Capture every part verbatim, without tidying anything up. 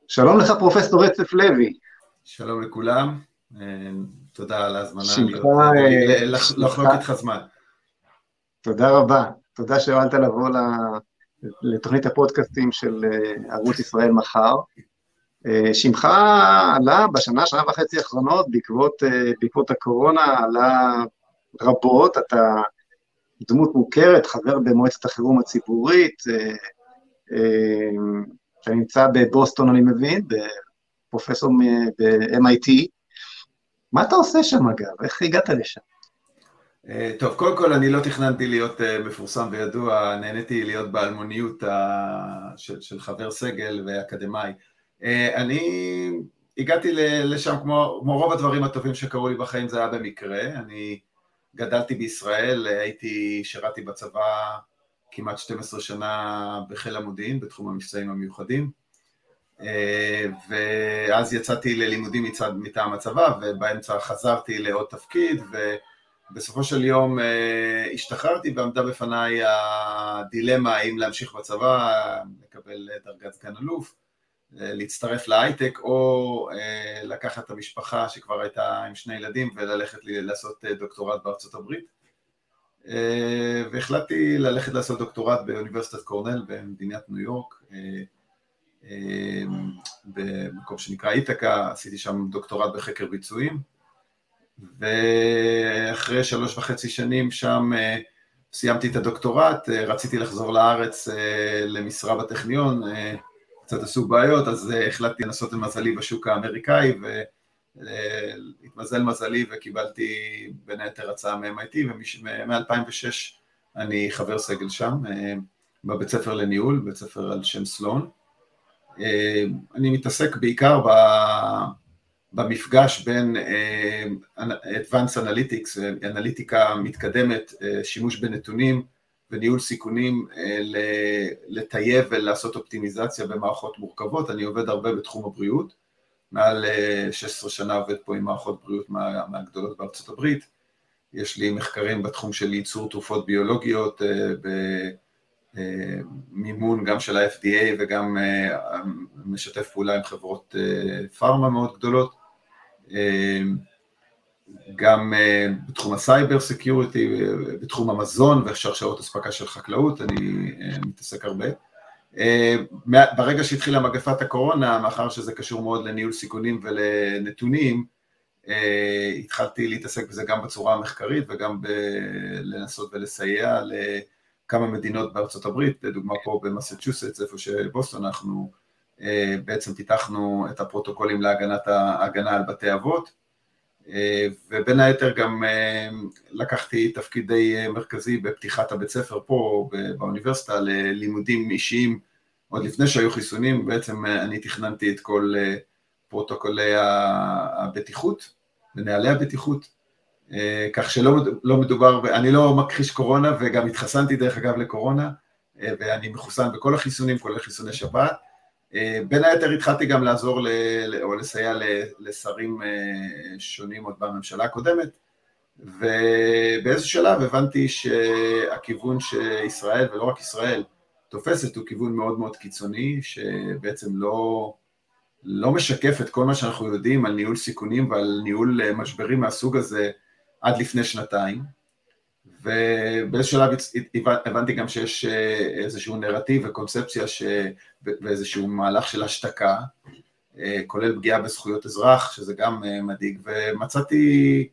שלום לך פרופסור רצף לוי. שלום לכולם, תודה על ההזמנה שמך, לחלוק איתך זמן. תודה רבה, תודה שהבנת לבוא לתוכנית הפודקאסטים של ערוץ ישראל מחר. שמך עלה בשנה, שנה וחצי האחרונות, בעקבות, בעקבות הקורונה, עלה רבות, אתה דמות מוכרת, חבר במועצת החירום הציבורית, אתה נמצא בבוסטון, אני מבין, פרופסור ב-אם איי טי. מה אתה עושה שם אגב? איך הגעת לשם? טוב, קודם כל אני לא תכננתי להיות מפורסם וידוע, נהניתי להיות באלמוניות של, של חבר סגל ואקדמאי. אני הגעתי לשם כמו, כמו רוב הדברים הטובים שקרו לי בחיים, זה היה במקרה. אני גדלתי בישראל, הייתי, שירתי בצבא כמעט שתים עשרה שנה בחיל המודיעין, בתחום המבצעים המיוחדים. ואז יצאתי ללימודים מצד מטעם הצבא, ובאמצע חזרתי לעוד תפקיד, ובסופו של יום השתחררתי, ועמדה בפניי הדילמה האם להמשיך בצבא, לקבל דרגת סגן אלוף, להצטרף להייטק, או לקחת את המשפחה שכבר הייתה עם שני ילדים, וללכת לעשות דוקטורט בארצות הברית. והחלטתי ללכת לעשות דוקטורט באוניברסיטת קורנל במדינת ניו יורק, במקום שנקרא איתקה, עשיתי שם דוקטורט בחקר ביצועים, ואחרי שלוש וחצי שנים שם סיימתי את הדוקטורט, רציתי לחזור לארץ למשרה בטכניון, קצת עשו בעיות, אז החלטתי לנסות את מזלי בשוק האמריקאי, והתמזל מזלי וקיבלתי בין היתר הצעה מ-אם איי טי, ומ-אלפיים ושש אני חבר סגל שם, בבית ספר לניהול, בית ספר על שם סלון. אני מתעסק בעיקר במפגש בין Advanced Analytics, אנליטיקה מתקדמת, שימוש בנתונים וניהול סיכונים, לטייב ולעשות אופטימיזציה במערכות מורכבות. אני עובד הרבה בתחום הבריאות, מעל שש עשרה שנה עובד פה עם מערכות בריאות מהגדולות בארצות הברית. יש לי מחקרים בתחום של ייצור תרופות ביולוגיות, מימון גם של ה-אף די איי וגם משתף פעולה עם חברות פארמה מאוד גדולות, גם בתחום הסייבר סקיוריטי, בתחום המזון ושרשרות אספקה של חקלאות, אני מתעסק הרבה. ברגע שהתחילה מגפת הקורונה, מאחר שזה קשור מאוד לניהול סיכונים ולנתונים, התחלתי להתעסק בזה גם בצורה המחקרית וגם לנסות ולסייע ל כמה מדינות בארצות הברית, לדוגמה פה במסצ'וסטס, איפה שבוסטון, אנחנו בעצם פיתחנו את הפרוטוקולים להגנת ההגנה על בתי אבות, ובין היתר גם לקחתי תפקידי מרכזי בפתיחת הבית ספר פה באוניברסיטה, ללימודים אישיים, עוד לפני שהיו חיסונים, בעצם אני תכננתי את כל פרוטוקולי הבטיחות, ונהלי הבטיחות, כך שלא לא מדובר, אני לא מכחיש קורונה, וגם התחסנתי דרך אגב לקורונה, ואני מחוסן בכל החיסונים, כולל חיסוני שפעת. בין היתר התחלתי גם לעזור ל, או לסייע לשרים שונים עוד בממשלה הקודמת, ובאיזשהו שלב הבנתי שהכיוון שישראל, ולא רק ישראל, תופסת הוא כיוון מאוד מאוד קיצוני, שבעצם לא, לא משקף את כל מה שאנחנו יודעים על ניהול סיכונים ועל ניהול משברים מהסוג הזה, עד לפני שנתיים, ובאיזשהו שלב הבנתי גם שיש איזשהו נרטיב וקונספציה ואיזשהו מהלך של השתקה, כולל פגיעה בזכויות אזרח, שזה גם מדאיג, ומצאתי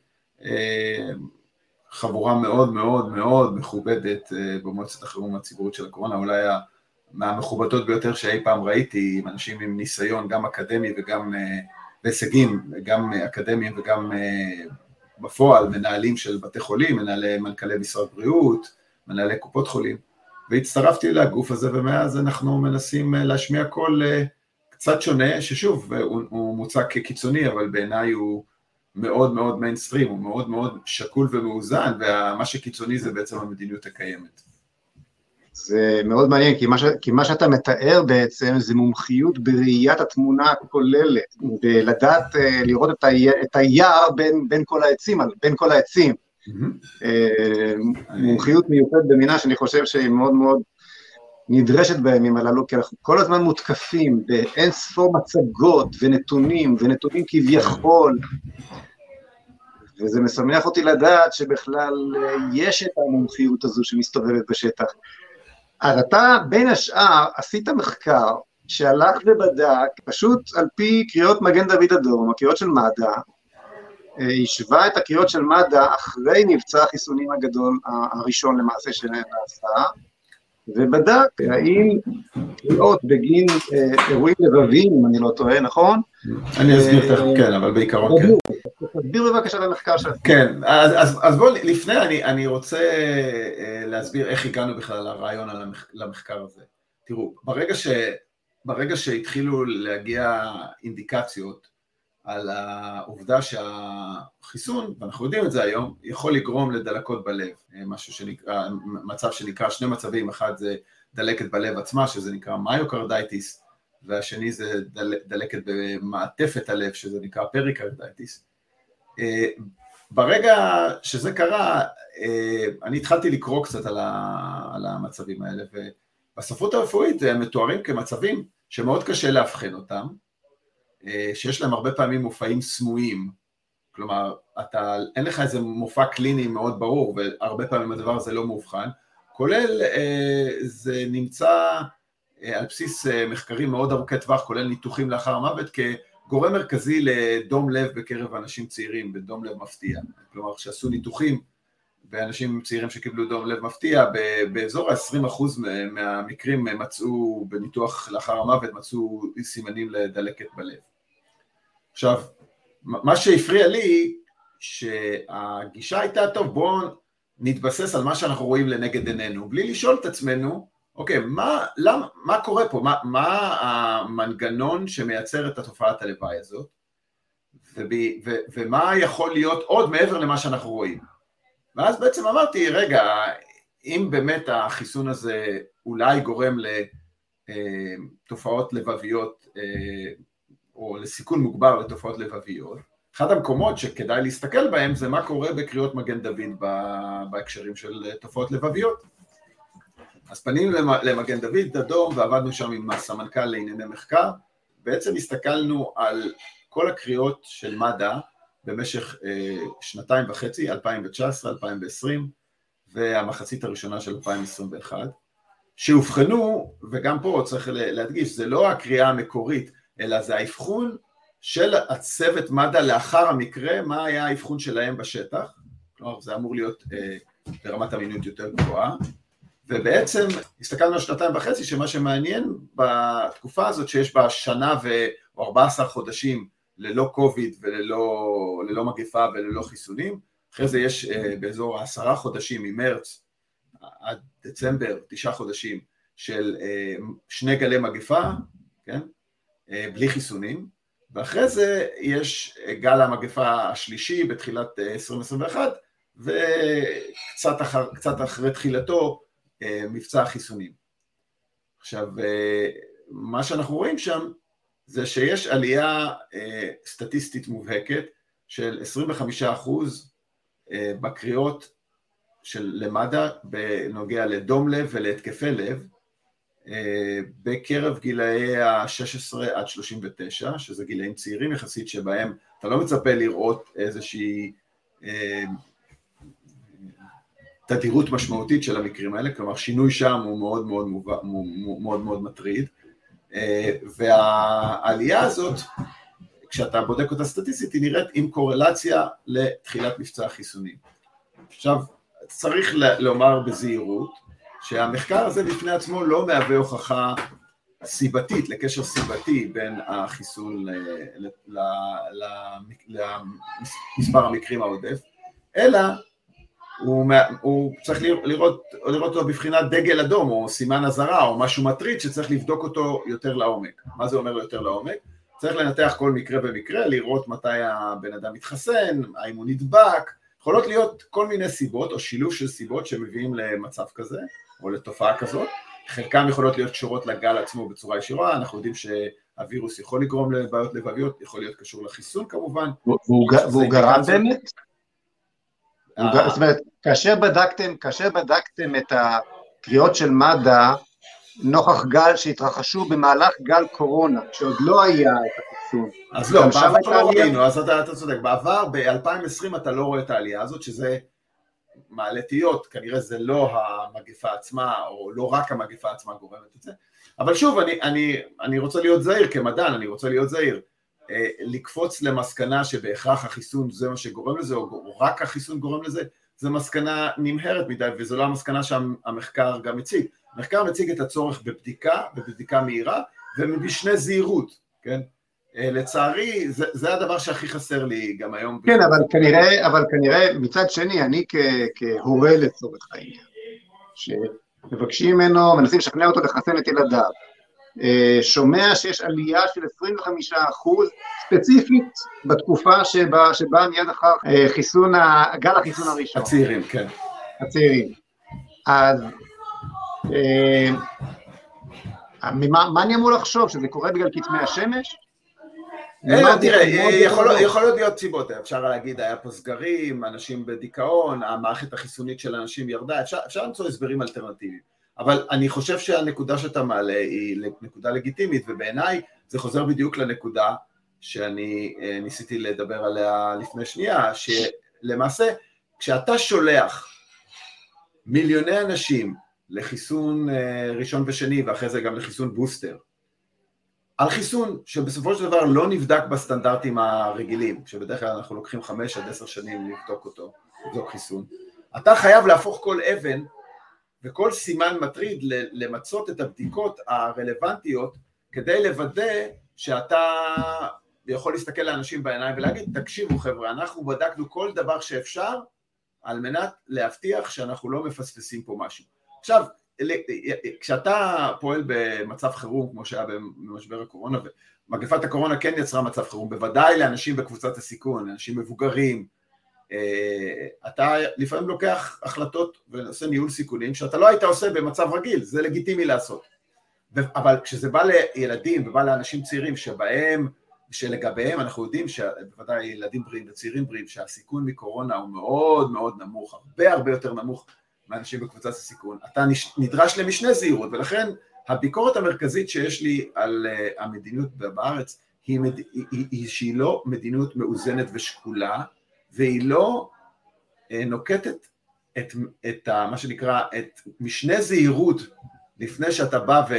חבורה מאוד מאוד מאוד מכובדת במועצת החירום הציבורית של הקורונה, אולי מהמכובדות ביותר שאי פעם ראיתי, עם אנשים עם ניסיון גם אקדמי וגם בהישגים, גם אקדמיים וגם בפועל, מנהלים של בתי חולים, מנהלי מנכ"לי משרד בריאות, מנהלי קופות חולים, והצטרפתי לגוף הזה, ומאז אנחנו מנסים להשמיע קול קצת שונה, ששוב, הוא, הוא מוצג כקיצוני, אבל בעיניי הוא מאוד מאוד מיינסטרים, הוא מאוד מאוד שקול ומאוזן, ומה שקיצוני זה בעצם המדיניות הקיימת. זה מאוד מעניין, כי מה, ש... כי מה שאתה מתאר בעצם זה מומחיות בראיית התמונה הכוללת, בלדעת לראות את, ה... את היער בין, בין כל העצים, בין כל העצים. Mm-hmm. מומחיות מיוחדת במינה שאני חושב שהיא מאוד מאוד נדרשת בימים הללו, כי אנחנו כל הזמן מותקפים באין ספור מצגות ונתונים, ונתונים כביכול, וזה משמח אותי לדעת שבכלל יש את המומחיות הזו שמסתובבת בשטח. אז אתה בין השאר עשית מחקר שהלך ובדק, פשוט על פי קריאות מגן דוד אדום, הקריאות של מד"א, השווה את הקריאות של מד"א אחרי מבצע החיסונים הגדול הראשון למעשה שנעשה, ובדק האם קריאות בגין אירועים לבביים, אם אני לא טועה, נכון? אני אסביר תכף, כן, אבל בעיקרון כן. תסביר בבקשה את המחקר שלך. כן, אז בואו, לפני אני רוצה להסביר איך הגענו בכלל לרעיון למחקר הזה. תראו, ברגע שהתחילו להגיע אינדיקציות על העובדה שהחיסון, ואנחנו יודעים את זה היום, יכול לגרום לדלקות בלב, משהו שנקרא, מצב שנקרא, שני מצבים, אחד זה דלקת בלב עצמה, שזה נקרא מיוקרדיטיס, והשני זה דל, דלקת במעטפת הלב, שזה נקרא פריקרדיטיס. ברגע שזה קרה, אני התחלתי לקרוא קצת על, ה, על המצבים האלה, ובספרות הרפואית הם מתוארים כמצבים שמאוד קשה להבחן אותם, שיש להם הרבה פעמים מופעים סמויים, כלומר, אתה, אין לך איזה מופע קליני מאוד ברור, והרבה פעמים הדבר הזה לא מאובחן, כולל זה נמצא על בסיס מחקרים מאוד ארוכי טווח, כולל ניתוחים לאחר המוות, כגורם מרכזי לדום לב בקרב אנשים צעירים, בדום לב מפתיע, כלומר, שעשו ניתוחים באנשים צעירים שקיבלו דום לב מפתיע, באזור ה-עשרים אחוז מהמקרים מצאו, בניתוח לאחר המוות, מצאו סימנים לדלקת בלב. עכשיו, מה שהפריע לי, שהגישה הייתה טוב, בואו נתבסס על מה שאנחנו רואים לנגד עינינו, בלי לשאול את עצמנו, אוקיי, מה, למה, מה קורה פה? מה, מה המנגנון שמייצר את התופעת הלוואי הזאת? וב, ו, ומה יכול להיות עוד מעבר למה שאנחנו רואים? ואז בעצם אמרתי, רגע, אם באמת החיסון הזה אולי גורם לתופעות לבביות, או לסיכון מוגבר לתופעות לבביות, אחד המקומות שכדאי להסתכל בהם זה מה קורה בקריאות מגן דוד בהקשרים של תופעות לבביות. אז פנינו למגן דוד אדום ועבדנו שם עם הסמנכ"ל לענייני מחקר, בעצם הסתכלנו על כל הקריאות של מד"א במשך שנתיים וחצי, אלפיים תשע עשרה אלפיים עשרים, והמחצית הראשונה של אלפיים עשרים ואחת, שהובחנו, וגם פה צריך להדגיש, זה לא הקריאה המקורית, אלא זה האבחון של הצוות מד"א לאחר המקרה, מה היה האבחון שלהם בשטח, כלומר זה אמור להיות אה, ברמת אמינות יותר גבוהה, ובעצם הסתכלנו על שנתיים וחצי, שמה שמעניין בתקופה הזאת שיש בה שנה או ארבעה עשר חודשים ללא קוביד וללא ללא מגפה וללא חיסונים, אחרי זה יש אה, באזור העשרה חודשים ממרץ עד דצמבר, תשעה חודשים של אה, שני גלי מגפה, כן? בלי חיסונים, ואחרי זה יש גל המגפה השלישי בתחילת עשרים עשרים ואחת, וקצת אחר, קצת אחרי תחילתו מבצע החיסונים. עכשיו, מה שאנחנו רואים שם, זה שיש עלייה סטטיסטית מובהקת של עשרים וחמישה אחוז בקריאות של למד"א, בנוגע לדום לב ולהתקפי לב, בקרב גילאי ה-שש עשרה עד שלושים ותשע, שזה גילאים צעירים יחסית שבהם אתה לא מצפה לראות איזושהי אה, תדירות משמעותית של המקרים האלה, כלומר שינוי שם הוא מאוד מאוד, מאוד, מאוד, מאוד מטריד, אה, והעלייה הזאת, כשאתה בודק אותה סטטיסטית, היא נראית עם קורלציה לתחילת מבצע החיסונים. עכשיו, צריך לומר בזהירות, שהמחקר הזה בפני עצמו לא מהווה הוכחה סיבתית, לקשר סיבתי בין החיסון למספר המקרים העודף, אלא הוא, הוא צריך לראות, לראות אותו בבחינת דגל אדום או סימן אזהרה או משהו מטריד שצריך לבדוק אותו יותר לעומק. מה זה אומר יותר לעומק? צריך לנתח כל מקרה במקרה, לראות מתי הבן אדם מתחסן, האם הוא נדבק, יכולות להיות כל מיני סיבות או שילוב של סיבות שמביאים למצב כזה או לתופעה כזאת, חלקם יכולות להיות קשורות לגל עצמו בצורה ישירה, אנחנו יודעים שהווירוס יכול לגרום לבעיות לבביות, יכול להיות קשור לחיסון כמובן. והוא גרם באמת? זאת אומרת, כאשר בדקתם, כאשר בדקתם את הקריאות של מד"א נוכח גל שהתרחשו במהלך גל קורונה, שעוד לא היה את החיסון. אז לא, בעבר לא ראינו, אז אתה, אתה צודק, בעבר ב-אלפיים ועשרים אתה לא רואה את העלייה הזאת, שזה מעלה תהיות, כנראה זה לא המגפה עצמה, או לא רק המגפה עצמה גורמת את זה, אבל שוב, אני, אני, אני רוצה להיות זהיר כמדען, אני רוצה להיות זהיר, לקפוץ למסקנה שבהכרח החיסון זה מה שגורם לזה, או רק החיסון גורם לזה, זה מסקנה נמהרת מדי, וזו לא המסקנה שהמחקר גם מציג. המחקר מציג את הצורך בבדיקה, בבדיקה מהירה, ובמשנה זהירות, כן? לצערי, זה, זה הדבר שהכי חסר לי גם היום. כן, אבל כנראה, אבל כנראה, מצד שני, אני כ, כהורה לצורך העניין, שמבקשים ממנו, מנסים לשכנע אותו לחסן את ילדיו, שומע שיש עלייה של עשרים וחמישה אחוז ספציפית בתקופה שבה, שבה מיד אחר חיסון, גל החיסון הראשון. הצעירים, כן. הצעירים. אז מה, מה אני אמור לחשוב? שזה קורה בגלל כתמי השמש? אלא, תראה, יכול, יכול להיות סיבות, אפשר להגיד, היה פה סגרים, אנשים בדיכאון, המערכת החיסונית של אנשים ירדה, אפשר, אפשר למצוא הסברים אלטרנטיביים. אבל אני חושב שהנקודה שאתה מעלה היא נקודה לגיטימית, ובעיניי זה חוזר בדיוק לנקודה שאני ניסיתי לדבר עליה לפני שנייה, שלמעשה, כשאתה שולח מיליוני אנשים לחיסון ראשון ושני, ואחרי זה גם לחיסון בוסטר, על חיסון שבסופו של דבר לא נבדק בסטנדרטים הרגילים, שבדרך כלל אנחנו לוקחים חמש עד עשר שנים לבדוק אותו, לבדוק חיסון, אתה חייב להפוך כל אבן, וכל סימן מטריד למצות את הבדיקות הרלוונטיות, כדי לוודא שאתה יכול להסתכל לאנשים בעיניים ולהגיד, תקשיבו חבר'ה, אנחנו בדקנו כל דבר שאפשר, על מנת להבטיח שאנחנו לא מפספסים פה משהו. עכשיו, כשאתה פועל במצב חירום, כמו שהיה במשבר הקורונה, ומגפת הקורונה כן יצרה מצב חירום, בוודאי לאנשים בקבוצת הסיכון, לאנשים מבוגרים, אתה לפעמים לוקח החלטות ועושה ניהול סיכונים שאתה לא היית עושה במצב רגיל, זה לגיטימי לעשות. אבל כשזה בא לילדים ובא לאנשים צעירים שבהם, שלגביהם אנחנו יודעים שבוודאי ילדים בריאים וצעירים בריאים שהסיכון מקורונה הוא מאוד מאוד נמוך, הרבה הרבה יותר נמוך מאנשים בקבוצת הסיכון, אתה נדרש למשנה זהירות, ולכן הביקורת המרכזית שיש לי על המדיניות בארץ היא, היא, היא, היא שהיא לא מדיניות מאוזנת ושקולה, והיא לא נוקטת את, את מה שנקרא, את משנה זהירות לפני שאתה בא ו,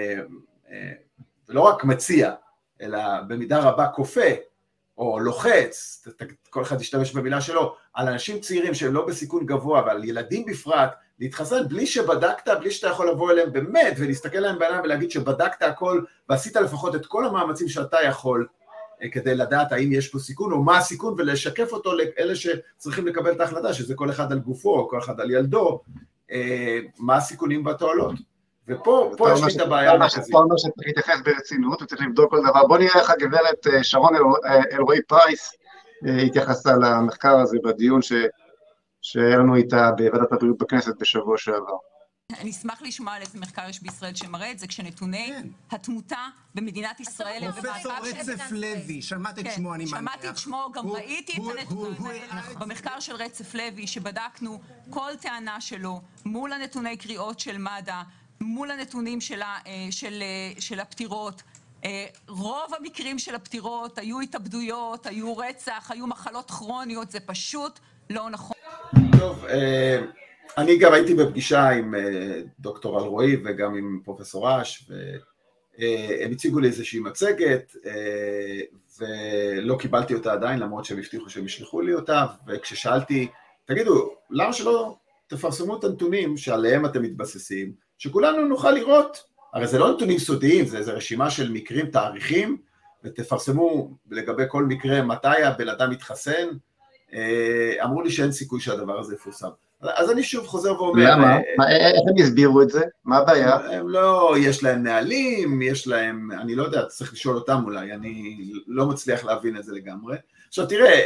ולא רק מציע, אלא במידה רבה כופה או לוחץ, כל אחד ישתמש במילה שלו, על אנשים צעירים שהם לא בסיכון גבוה, ועל ילדים בפרט, להתחסן בלי שבדקת, בלי שאתה יכול לבוא אליהם באמת, ולהסתכל להם בעיניים ולהגיד שבדקת הכל, ועשית לפחות את כל המאמצים שאתה יכול, כדי לדעת האם יש פה סיכון, או מה הסיכון, ולשקף אותו לאלה שצריכים לקבל את ההחלטה, שזה כל אחד על גופו, או כל אחד על ילדו, מה הסיכונים והתועלות. ופה פה יש לי את הבעיה המרכזית. אתה אומר שצריך להתייחס ברצינות, וצריך לבדוק כל דבר. בוא נראה איך הגברת שרון אלרועי פרייס התייחסה למחקר הזה בדיון שהיה לנו איתה בוועדת הבריאות בכנסת בשבוע שעבר. אני אשמח לשמוע על איזה מחקר יש בישראל שמראה את זה, כשנתוני התמותה במדינת ישראל... פרופסור רצף לוי, שמעת את שמו, אני מניח. שמעתי את שמו, גם ראיתי את הנתונים במחקר של רצף לוי, שבדקנו כל טענה שלו מול הנתוני קריאות של מד"א, מול הנתונים של, של, של הפטירות. רוב המקרים של הפטירות היו התאבדויות, היו רצח, היו מחלות כרוניות, זה פשוט לא נכון. טוב, אני גם הייתי בפגישה עם דוקטור אלרועי וגם עם פרופסור אש, והם הציגו לי איזושהי מצגת, ולא קיבלתי אותה עדיין, למרות שהם הבטיחו שהם ישלחו לי אותה, וכששאלתי, תגידו, למה שלא תפרסמו את הנתונים שעליהם אתם מתבססים, שכולנו נוכל לראות, הרי זה לא נתונים סודיים, זה איזו רשימה של מקרים, תאריכים, ותפרסמו לגבי כל מקרה מתי הבן אדם מתחסן, אמרו לי שאין סיכוי שהדבר הזה יפורסם. אז אני שוב חוזר ואומר... למה? איך הם הסבירו את זה? מה הבעיה? הם לא, יש להם נהלים, יש להם, אני לא יודע, צריך לשאול אותם אולי, אני לא מצליח להבין את זה לגמרי. עכשיו תראה,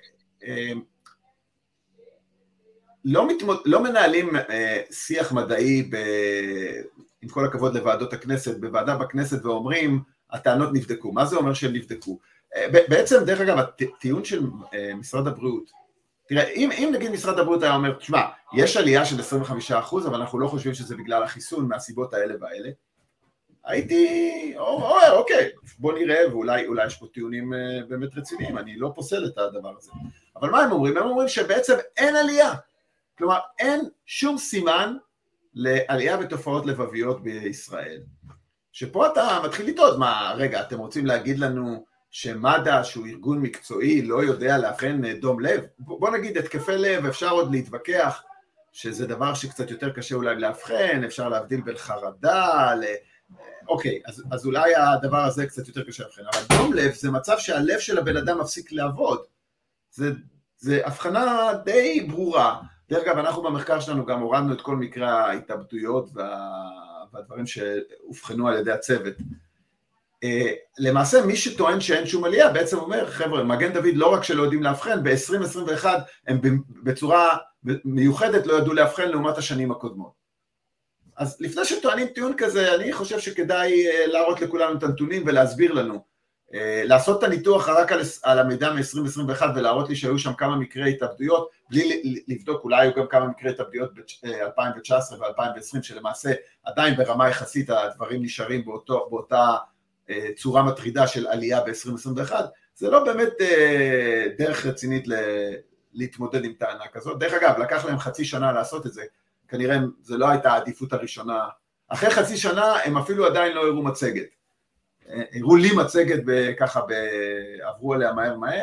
לא, מתמוד... לא מנהלים שיח מדעי, ב... עם כל הכבוד לוועדות הכנסת, בוועדה בכנסת ואומרים, הטענות נבדקו. מה זה אומר שהם נבדקו? בעצם, דרך אגב, הטיעון של משרד הבריאות, תראה, אם, אם נגיד משרד הבריאות היה אומר, תשמע, יש עלייה של עשרים וחמישה אחוז, אבל אנחנו לא חושבים שזה בגלל החיסון מהסיבות האלה והאלה, הייתי, או, אוקיי, בוא נראה, ואולי אולי יש פה טיעונים באמת רציניים, אני לא פוסל את הדבר הזה. אבל מה הם אומרים? הם אומרים שבעצם אין עלייה. כלומר, אין שום סימן לעלייה בתופעות לבביות בישראל. שפה אתה מתחיל לטעות, מה, רגע, אתם רוצים להגיד לנו שמד"א, שהוא ארגון מקצועי, לא יודע לאבחן דום לב? בוא נגיד, התקפי לב, אפשר עוד להתווכח, שזה דבר שקצת יותר קשה אולי לאבחן, אפשר להבדיל בין חרדה, ל... אוקיי, אז, אז אולי הדבר הזה קצת יותר קשה לאבחן, אבל דום לב זה מצב שהלב של הבן אדם מפסיק לעבוד. זה, זה הבחנה די ברורה. דרך אגב, אנחנו במחקר שלנו גם הורדנו את כל מקרי ההתאבדויות וה... והדברים שהובחנו על ידי הצוות. למעשה, מי שטוען שאין שום עלייה, בעצם אומר, חבר'ה, מגן דוד לא רק שלא יודעים להבחן, ב-עשרים עשרים ואחת הם בצורה מיוחדת לא ידעו להבחן לעומת השנים הקודמות. אז לפני שטוענים טיעון כזה, אני חושב שכדאי להראות לכולנו את הנתונים ולהסביר לנו. לעשות את הניתוח רק על, על המידע מ-עשרים עשרים ואחת ולהראות לי שהיו שם כמה מקרי התאבדויות, בלי לבדוק, אולי היו גם כמה מקרי התאבדויות ב-אלפיים תשע עשרה ו-אלפיים עשרים, שלמעשה עדיין ברמה יחסית הדברים נשארים באותו, באותה צורה מטרידה של עלייה ב-עשרים עשרים ואחת, זה לא באמת דרך רצינית להתמודד עם טענה כזאת. דרך אגב, לקח להם חצי שנה לעשות את זה, כנראה זה לא הייתה העדיפות הראשונה. אחרי חצי שנה הם אפילו עדיין לא הראו מצגת. הראו לי מצגת ככה, עברו עליה מהר מהר.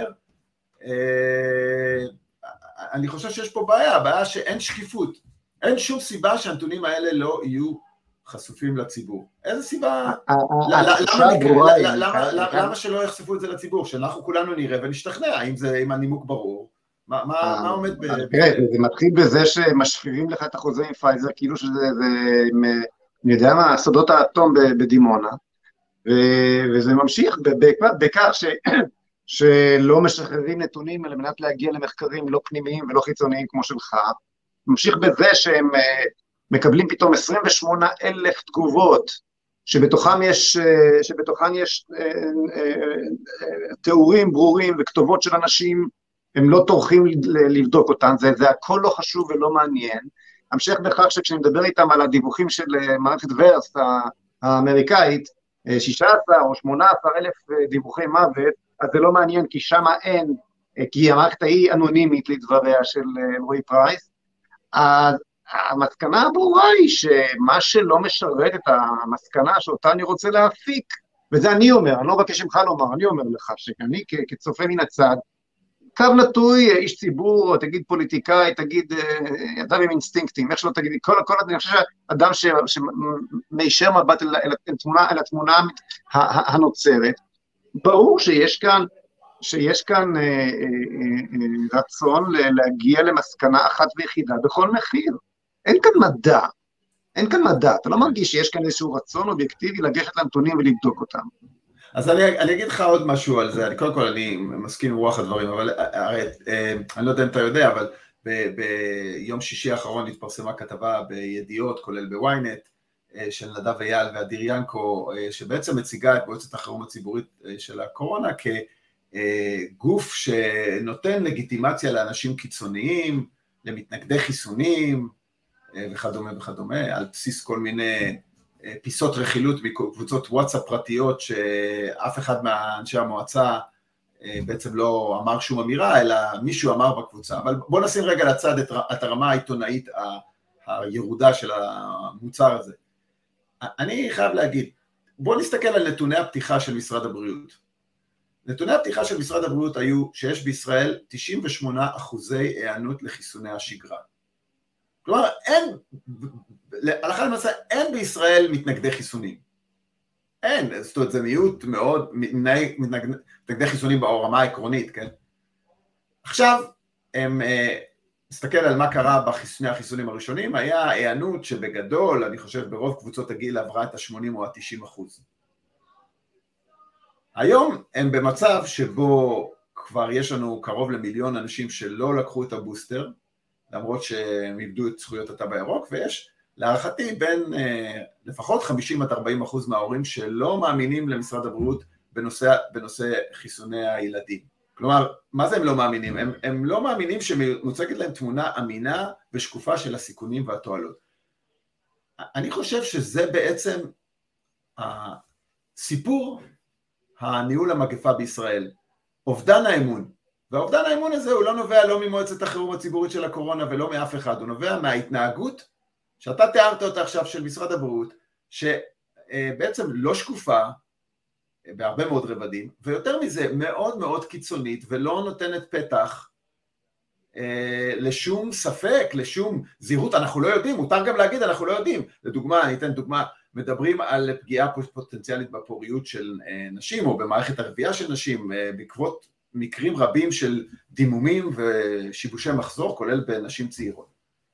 אני חושב שיש פה בעיה, הבעיה שאין שקיפות. אין שום סיבה שהנתונים האלה לא יהיו חשופים לציבור. איזה סיבה? למה שלא יחשפו את זה לציבור? שאנחנו כולנו נראה ונשתכנע, האם הנימוק ברור? מה עומד ב... תראה, זה מתחיל בזה שמשפירים לך את החוזה עם פייזר, כאילו שזה, אני יודע מה, סודות האטום בדימונה, וזה ממשיך בכך ש... שלא משחררים נתונים על מנת להגיע למחקרים לא פנימיים ולא חיצוניים כמו שלך, ממשיך בזה שהם מקבלים פתאום עשרים ושמונה אלף תגובות, שבתוכם יש, שבתוכם יש תיאורים ברורים וכתובות של אנשים, הם לא טורחים לבדוק אותן, זה, זה הכל לא חשוב ולא מעניין. המשך בכך שכשאני מדבר איתם על הדיווחים של מערכת ורס האמריקאית, שישה עשר או שמונה עשר אלף דיווחי מוות, אז זה לא מעניין כי שם אין, כי המערכת היא אנונימית לדבריה של אלרועי פרייס. אז המסקנה הברורה היא שמה שלא משרת את המסקנה שאותה אני רוצה להפיק, וזה אני אומר, אני לא מבקש ממך לומר, אני אומר לך שאני כצופה מן הצד, קו נטוי, איש ציבור, תגיד פוליטיקאי, תגיד אדם עם אינסטינקטים, איך שלא תגיד, כל, כל, אני חושב שאדם שמיישר מבט אל, אל, אל, תמונה, אל התמונה הנוצרת, ברור שיש כאן, שיש כאן אה, אה, אה, רצון להגיע למסקנה אחת ויחידה בכל מחיר. אין כאן מדע, אין כאן מדע, אתה לא מרגיש שיש כאן איזשהו רצון אובייקטיבי לגשת לנתונים ולבדוק אותם. אז אני, אני אגיד לך עוד משהו על זה, אני, קודם כל אני מסכים עם רוח הדברים, אבל הרי, אני לא יודע אם אתה יודע, אבל ב, ביום שישי האחרון התפרסמה כתבה בידיעות, כולל בוויינט, של נדב אייל ואדיר ינקו, שבעצם מציגה את מועצת החירום הציבורית של הקורונה, כגוף שנותן לגיטימציה לאנשים קיצוניים, למתנגדי חיסונים, וכדומה וכדומה, על בסיס כל מיני פיסות רכילות בקבוצות וואטסאפ פרטיות, שאף אחד מהאנשי המועצה בעצם לא אמר שום אמירה, אלא מישהו אמר בקבוצה. אבל בוא נשים רגע לצד את הרמה העיתונאית הירודה של המוצר הזה. אני חייב להגיד, בוא נסתכל על נתוני הפתיחה של משרד הבריאות. נתוני הפתיחה של משרד הבריאות היו שיש בישראל תשעים ושמונה אחוזי הענות לחיסוני השגרה. כלומר, אין, הלכה למעשה, אין בישראל מתנגדי חיסונים. אין, זאת אומרת, זה מיעוט מאוד, מתנגדי חיסונים ברמה העקרונית, כן? עכשיו, הם, נסתכל על מה קרה בחיסוני החיסונים הראשונים, היה הענות שבגדול, אני חושב, ברוב קבוצות הגיל עברה את ה-שמונים או ה-תשעים אחוז. היום הם במצב שבו כבר יש לנו קרוב למיליון אנשים שלא לקחו את הבוסטר, למרות שהם איבדו את זכויות התו הירוק, ויש להערכתי בין אה, לפחות חמישים עד ארבעים אחוז מההורים שלא מאמינים למשרד הבריאות בנושא, בנושא חיסוני הילדים. כלומר, מה זה הם לא מאמינים? הם, הם לא מאמינים שמוצגת להם תמונה אמינה ושקופה של הסיכונים והתועלות. אני חושב שזה בעצם הסיפור הניהול המגפה בישראל, אובדן האמון. והאובדן האמון הזה הוא לא נובע לא ממועצת החירום הציבורית של הקורונה ולא מאף אחד, הוא נובע מההתנהגות שאתה תיארת אותה עכשיו של משרד הבריאות, שבעצם לא שקופה בהרבה מאוד רבדים, ויותר מזה מאוד מאוד קיצונית ולא נותנת פתח לשום ספק, לשום זהירות, אנחנו לא יודעים, מותר גם להגיד אנחנו לא יודעים. לדוגמה, אני אתן דוגמה, מדברים על פגיעה פוטנציאלית בפוריות של נשים או במערכת הרבייה של נשים בעקבות מקרים רבים של דימומים ושיבושי מחזור, כולל בנשים צעירות.